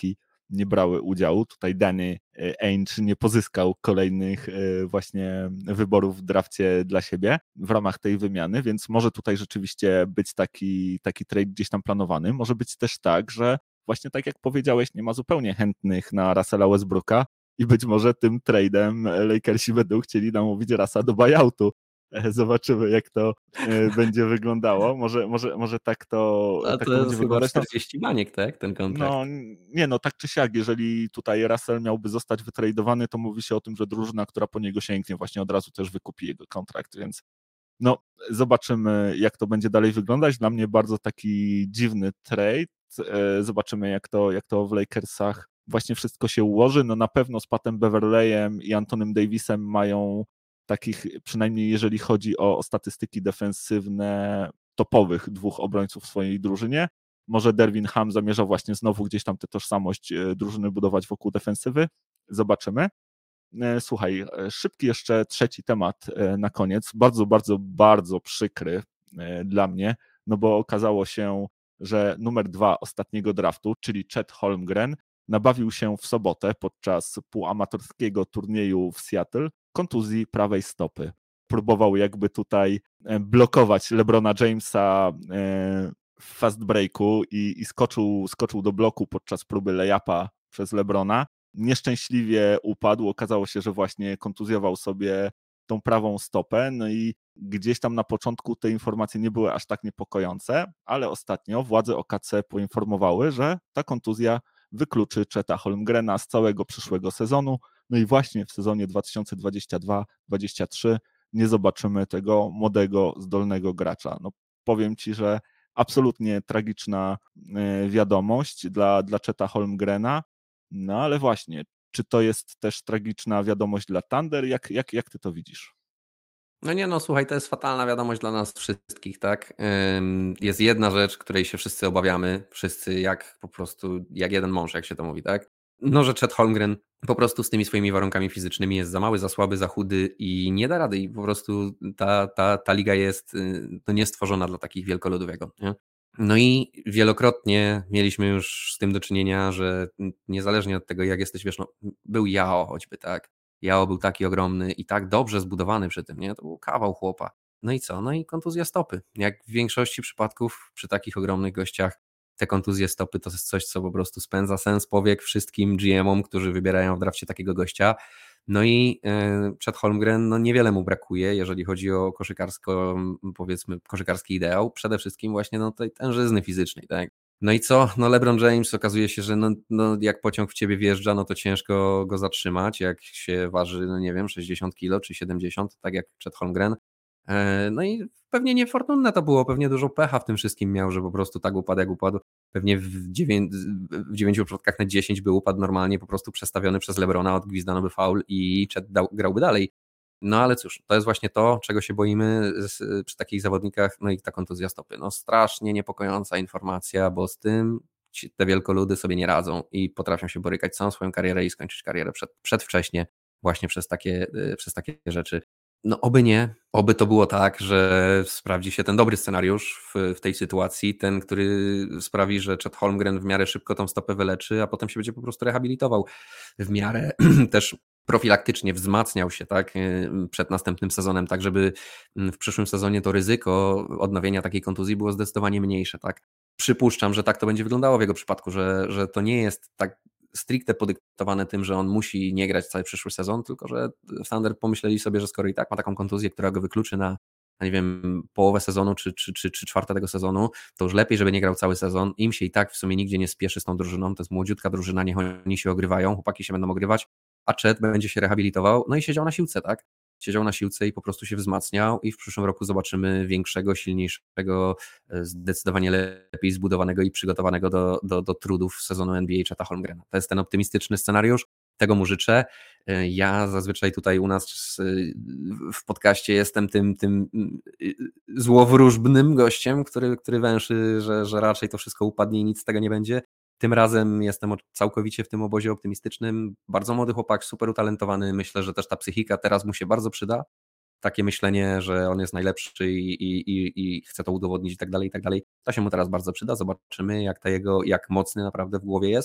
nie brały udziału. Tutaj Danny Ainge nie pozyskał kolejnych właśnie wyborów w drafcie dla siebie w ramach tej wymiany, więc może tutaj rzeczywiście być taki, taki trade gdzieś tam planowany. Może być też tak, że właśnie tak jak powiedziałeś, nie ma zupełnie chętnych na Russella Westbrooka i być może tym trade'em Lakersi będą chcieli namówić Russa do buyoutu. Zobaczymy, jak to będzie wyglądało. Może, może, może tak to, A tak to to jest będzie chyba wyglądać. czterdzieści baniek, tak, ten kontrakt? No nie no, tak czy siak, jeżeli tutaj Russell miałby zostać wytradowany, to mówi się o tym, że drużyna, która po niego sięgnie, właśnie od razu też wykupi jego kontrakt, więc no zobaczymy, jak to będzie dalej wyglądać. Dla mnie bardzo taki dziwny trade. Zobaczymy, jak to, jak to w Lakersach właśnie wszystko się ułoży. No na pewno z Patem Beverleyem i Antonym Davisem mają takich, przynajmniej jeżeli chodzi o, o statystyki defensywne, topowych dwóch obrońców w swojej drużynie. Może Derwin Ham zamierza właśnie znowu gdzieś tam tę tożsamość drużyny budować wokół defensywy. Zobaczymy. Słuchaj, szybki jeszcze trzeci temat na koniec. Bardzo, bardzo, bardzo przykry dla mnie, no bo okazało się, że numer dwa ostatniego draftu, czyli Chet Holmgren, nabawił się w sobotę podczas półamatorskiego turnieju w Seattle kontuzji prawej stopy. Próbował jakby tutaj blokować LeBrona Jamesa w fast breaku i, i skoczył, skoczył do bloku podczas próby layupa przez LeBrona. Nieszczęśliwie upadł, okazało się, że właśnie kontuzjował sobie tą prawą stopę, no i gdzieś tam na początku te informacje nie były aż tak niepokojące, ale ostatnio władze O K C poinformowały, że ta kontuzja wykluczy Cheta Holmgrena z całego przyszłego sezonu, no i właśnie w sezonie dwa tysiące dwudziestym drugim dwudziestym trzecim nie zobaczymy tego młodego, zdolnego gracza. No powiem Ci, że absolutnie tragiczna wiadomość dla, dla Cheta Holmgrena, no ale właśnie, czy to jest też tragiczna wiadomość dla Thunder? Jak, jak, jak Ty to widzisz? No nie no, słuchaj, to jest fatalna wiadomość dla nas wszystkich, tak? Jest jedna rzecz, której się wszyscy obawiamy, wszyscy jak po prostu, jak jeden mąż, jak się to mówi, tak? No, że Chet Holmgren po prostu z tymi swoimi warunkami fizycznymi jest za mały, za słaby, za chudy i nie da rady i po prostu ta, ta, ta liga jest no, niestworzona dla takich wielkoludów jak on, nie? No i wielokrotnie mieliśmy już z tym do czynienia, że niezależnie od tego, jak jesteś, wiesz, no, był Yao choćby, tak? Yao był taki ogromny i tak dobrze zbudowany przy tym, nie? To był kawał chłopa. No i co? No i kontuzja stopy. Jak w większości przypadków przy takich ogromnych gościach te kontuzje stopy to jest coś, co po prostu spędza sens powiek wszystkim G M-om, którzy wybierają w drafcie takiego gościa. No i Chet Holmgren, no niewiele mu brakuje, jeżeli chodzi o koszykarsko, powiedzmy, koszykarski ideał. Przede wszystkim właśnie no, tej tężyzny fizycznej, tak? No i co? No LeBron James okazuje się, że no, no jak pociąg w ciebie wjeżdża, no to ciężko go zatrzymać, jak się waży, no nie wiem, sześćdziesiąt kilo czy siedemdziesiąt, tak jak Chet Holmgren. No i pewnie niefortunne to było, pewnie dużo pecha w tym wszystkim miał, że po prostu tak upadł jak upadł. Pewnie w, dziewię- w dziewięciu przypadkach na dziesięć by upadł normalnie, po prostu przestawiony przez LeBrona, odgwizdano by faul i Chet dał, grałby dalej. No ale cóż, to jest właśnie to, czego się boimy z, przy takich zawodnikach, no i ta kontuzja stopy. No strasznie niepokojąca informacja, bo z tym ci, te wielkoludy sobie nie radzą i potrafią się borykać całą swoją karierę i skończyć karierę przed, przedwcześnie właśnie przez takie, przez takie rzeczy. No oby nie, oby to było tak, że sprawdzi się ten dobry scenariusz w, w tej sytuacji, ten, który sprawi, że Chet Holmgren w miarę szybko tą stopę wyleczy, a potem się będzie po prostu rehabilitował w miarę też profilaktycznie wzmacniał się tak, przed następnym sezonem, tak żeby w przyszłym sezonie to ryzyko odnowienia takiej kontuzji było zdecydowanie mniejsze. Tak. Przypuszczam, że tak to będzie wyglądało w jego przypadku, że, że to nie jest tak stricte podyktowane tym, że on musi nie grać cały przyszły sezon, tylko że Thunder pomyśleli sobie, że skoro i tak ma taką kontuzję, która go wykluczy na, nie wiem, połowę sezonu czy, czy, czy, czy czwarte tego sezonu, to już lepiej, żeby nie grał cały sezon. Im się i tak w sumie nigdzie nie spieszy z tą drużyną, to jest młodziutka drużyna, niech oni się ogrywają, chłopaki się będą ogrywać, a Chet będzie się rehabilitował, no i siedział na siłce, tak? Siedział na siłce i po prostu się wzmacniał i w przyszłym roku zobaczymy większego, silniejszego, zdecydowanie lepiej zbudowanego i przygotowanego do, do, do trudów sezonu N B A Cheta Holmgrena. To jest ten optymistyczny scenariusz, tego mu życzę. Ja zazwyczaj tutaj u nas w podcaście jestem tym, tym złowróżbnym gościem, który, który węszy, że, że raczej to wszystko upadnie i nic z tego nie będzie. Tym razem jestem całkowicie w tym obozie optymistycznym. Bardzo młody chłopak, super utalentowany. Myślę, że też ta psychika teraz mu się bardzo przyda. Takie myślenie, że on jest najlepszy i, i, i, i chce to udowodnić i tak dalej, i tak dalej. To się mu teraz bardzo przyda. Zobaczymy, jak ta jego, jak mocny naprawdę w głowie jest.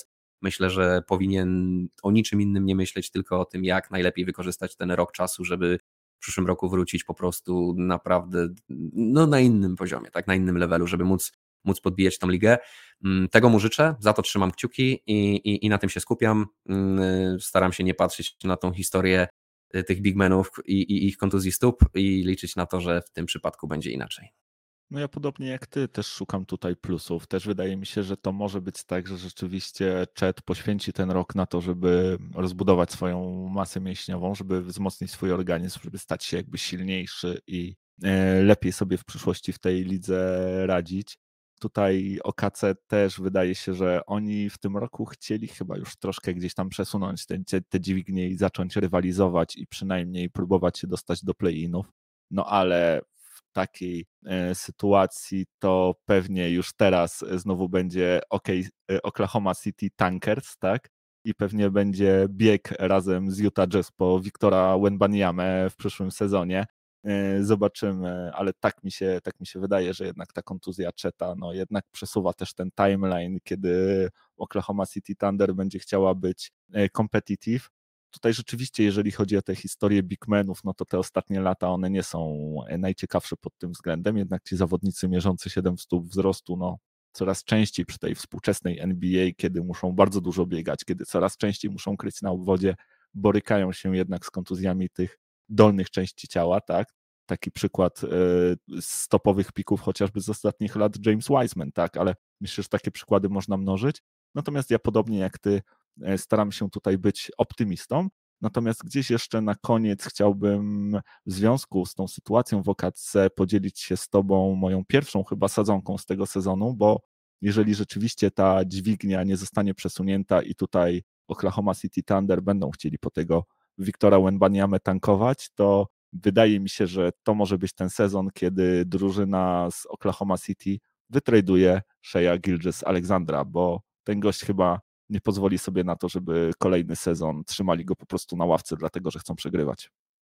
Myślę, że powinien o niczym innym nie myśleć, tylko o tym, jak najlepiej wykorzystać ten rok czasu, żeby w przyszłym roku wrócić po prostu naprawdę no, na innym poziomie, tak, na innym levelu, żeby móc, móc podbijać tą ligę. Tego mu życzę, za to trzymam kciuki i, i, i na tym się skupiam. Staram się nie patrzeć na tą historię tych bigmenów i, i ich kontuzji stóp i liczyć na to, że w tym przypadku będzie inaczej. No ja podobnie jak ty też szukam tutaj plusów. Też wydaje mi się, że to może być tak, że rzeczywiście Chet poświęci ten rok na to, żeby rozbudować swoją masę mięśniową, żeby wzmocnić swój organizm, żeby stać się jakby silniejszy i e, lepiej sobie w przyszłości w tej lidze radzić. Tutaj O K C też wydaje się, że oni w tym roku chcieli chyba już troszkę gdzieś tam przesunąć te, te, te dźwignie i zacząć rywalizować i przynajmniej próbować się dostać do play-inów. No ale w takiej e, sytuacji to pewnie już teraz znowu będzie OK, e, Oklahoma City Tankers, tak? I pewnie będzie bieg razem z Utah Jazz po Wiktora Wembanyamę w przyszłym sezonie. E, Zobaczymy, ale tak mi się, tak mi się wydaje, że jednak ta kontuzja Cheta, no jednak przesuwa też ten timeline, kiedy Oklahoma City Thunder będzie chciała być e, competitive. Tutaj rzeczywiście, jeżeli chodzi o te historie bigmenów, no to te ostatnie lata, one nie są najciekawsze pod tym względem, jednak ci zawodnicy mierzący siedem stóp wzrostu, no coraz częściej przy tej współczesnej N B A, kiedy muszą bardzo dużo biegać, kiedy coraz częściej muszą kryć na obwodzie, borykają się jednak z kontuzjami tych dolnych części ciała, tak? Taki przykład y, z topowych pików chociażby z ostatnich lat James Wiseman, tak? Ale myślę, że takie przykłady można mnożyć. Natomiast ja podobnie jak ty staram się tutaj być optymistą. Natomiast gdzieś jeszcze na koniec chciałbym w związku z tą sytuacją w O K C podzielić się z tobą moją pierwszą chyba sadzonką z tego sezonu, bo jeżeli rzeczywiście ta dźwignia nie zostanie przesunięta i tutaj Oklahoma City Thunder będą chcieli po tego Wiktora Wembanyamę tankować, to wydaje mi się, że to może być ten sezon, kiedy drużyna z Oklahoma City wytraduje Shea Gilgeous-Alexandra, bo ten gość chyba nie pozwoli sobie na to, żeby kolejny sezon trzymali go po prostu na ławce, dlatego że chcą przegrywać.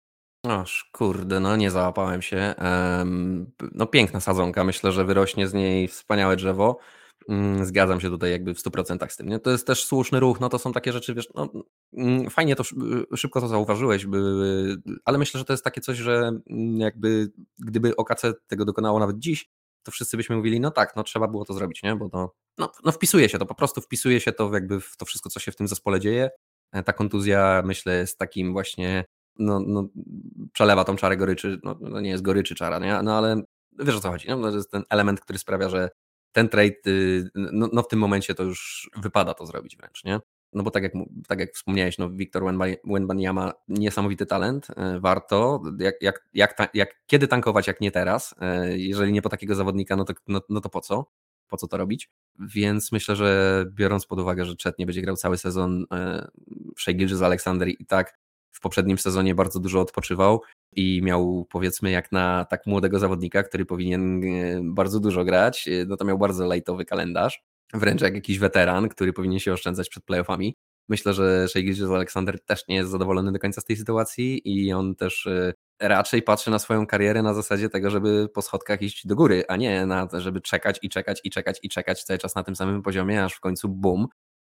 Aż kurde, no nie załapałem się. Um, no piękna sadzonka, myślę, że wyrośnie z niej wspaniałe drzewo. Um, zgadzam się tutaj jakby w stu procentach z tym. Nie? To jest też słuszny ruch, no to są takie rzeczy, wiesz, no, um, fajnie to szybko to zauważyłeś, by, ale myślę, że to jest takie coś, że jakby gdyby O K C tego dokonało nawet dziś, to wszyscy byśmy mówili, no tak, no trzeba było to zrobić, nie? Bo to no, no wpisuje się to, po prostu wpisuje się to jakby w to wszystko, co się w tym zespole dzieje. Ta kontuzja, myślę, jest takim właśnie no, no, przelewa tą czarę goryczy, no, no nie jest goryczy czara, nie? No ale wiesz o co chodzi, no? To jest ten element, który sprawia, że ten trade, no, no w tym momencie to już wypada to zrobić wręcz, nie? No bo tak jak, tak jak wspomniałeś, no Wiktor Wembanyama niesamowity talent, warto, jak, jak, jak, jak, kiedy tankować, jak nie teraz, jeżeli nie po takiego zawodnika, no to, no, no to po co? Po co to robić? Więc myślę, że biorąc pod uwagę, że Chet nie będzie grał cały sezon, Shai Gilgeous-Alexander i tak w poprzednim sezonie bardzo dużo odpoczywał i miał, powiedzmy, jak na tak młodego zawodnika, który powinien bardzo dużo grać, no to miał bardzo lightowy kalendarz, wręcz jak jakiś weteran, który powinien się oszczędzać przed playoffami. Myślę, że Shai Gilgeous-Alexander też nie jest zadowolony do końca z tej sytuacji i on też raczej patrzy na swoją karierę na zasadzie tego, żeby po schodkach iść do góry, a nie na to, żeby czekać i czekać i czekać i czekać cały czas na tym samym poziomie, aż w końcu bum.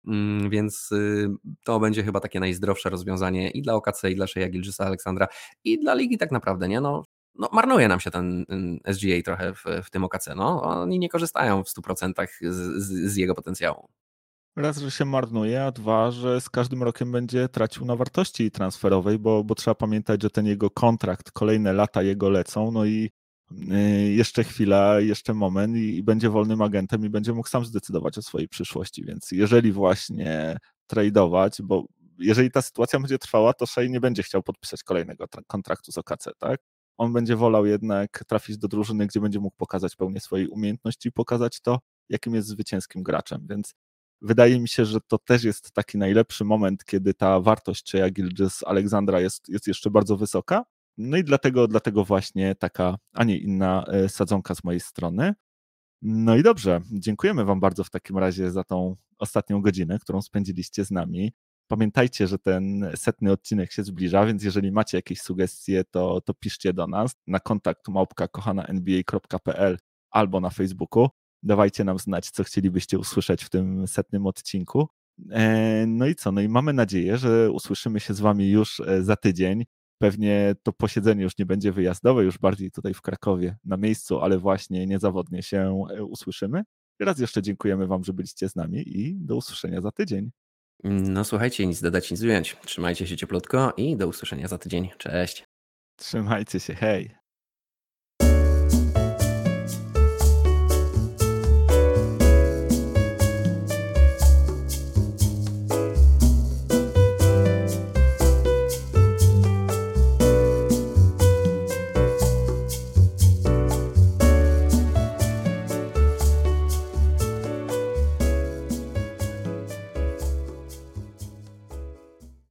Więc to będzie chyba takie najzdrowsze rozwiązanie i dla O K C, i dla Shea Gilgeousa-Alexandra, i dla ligi tak naprawdę, nie? No, no marnuje nam się ten, ten S G A trochę w, w tym O K C, no. Oni nie korzystają w stu procentach z, z, z jego potencjału. Raz, że się marnuje, a dwa, że z każdym rokiem będzie tracił na wartości transferowej, bo, bo trzeba pamiętać, że ten jego kontrakt, kolejne lata jego lecą, no i jeszcze chwila, jeszcze moment i, i będzie wolnym agentem i będzie mógł sam zdecydować o swojej przyszłości, więc jeżeli właśnie tradeować, bo jeżeli ta sytuacja będzie trwała, to Shea nie będzie chciał podpisać kolejnego kontraktu z O K C, tak? On będzie wolał jednak trafić do drużyny, gdzie będzie mógł pokazać pełnię swojej umiejętności i pokazać to, jakim jest zwycięskim graczem, więc wydaje mi się, że to też jest taki najlepszy moment, kiedy ta wartość Shea Gilgeous-Alexandra jest, jest jeszcze bardzo wysoka. No i dlatego, dlatego właśnie taka, a nie inna sadzonka z mojej strony. No i dobrze, dziękujemy Wam bardzo w takim razie za tą ostatnią godzinę, którą spędziliście z nami. Pamiętajcie, że ten setny odcinek się zbliża, więc jeżeli macie jakieś sugestie, to, to piszcie do nas na kontakt małpka kochana N B A kropka p l albo na Facebooku. Dawajcie nam znać, co chcielibyście usłyszeć w tym setnym odcinku. E, No i co? No i mamy nadzieję, że usłyszymy się z wami już e, za tydzień. Pewnie to posiedzenie już nie będzie wyjazdowe, już bardziej tutaj w Krakowie na miejscu, ale właśnie niezawodnie się e, usłyszymy. Raz jeszcze dziękujemy wam, że byliście z nami i do usłyszenia za tydzień. No słuchajcie, nic dodać, nic ująć. Trzymajcie się cieplutko i do usłyszenia za tydzień. Cześć. Trzymajcie się, hej!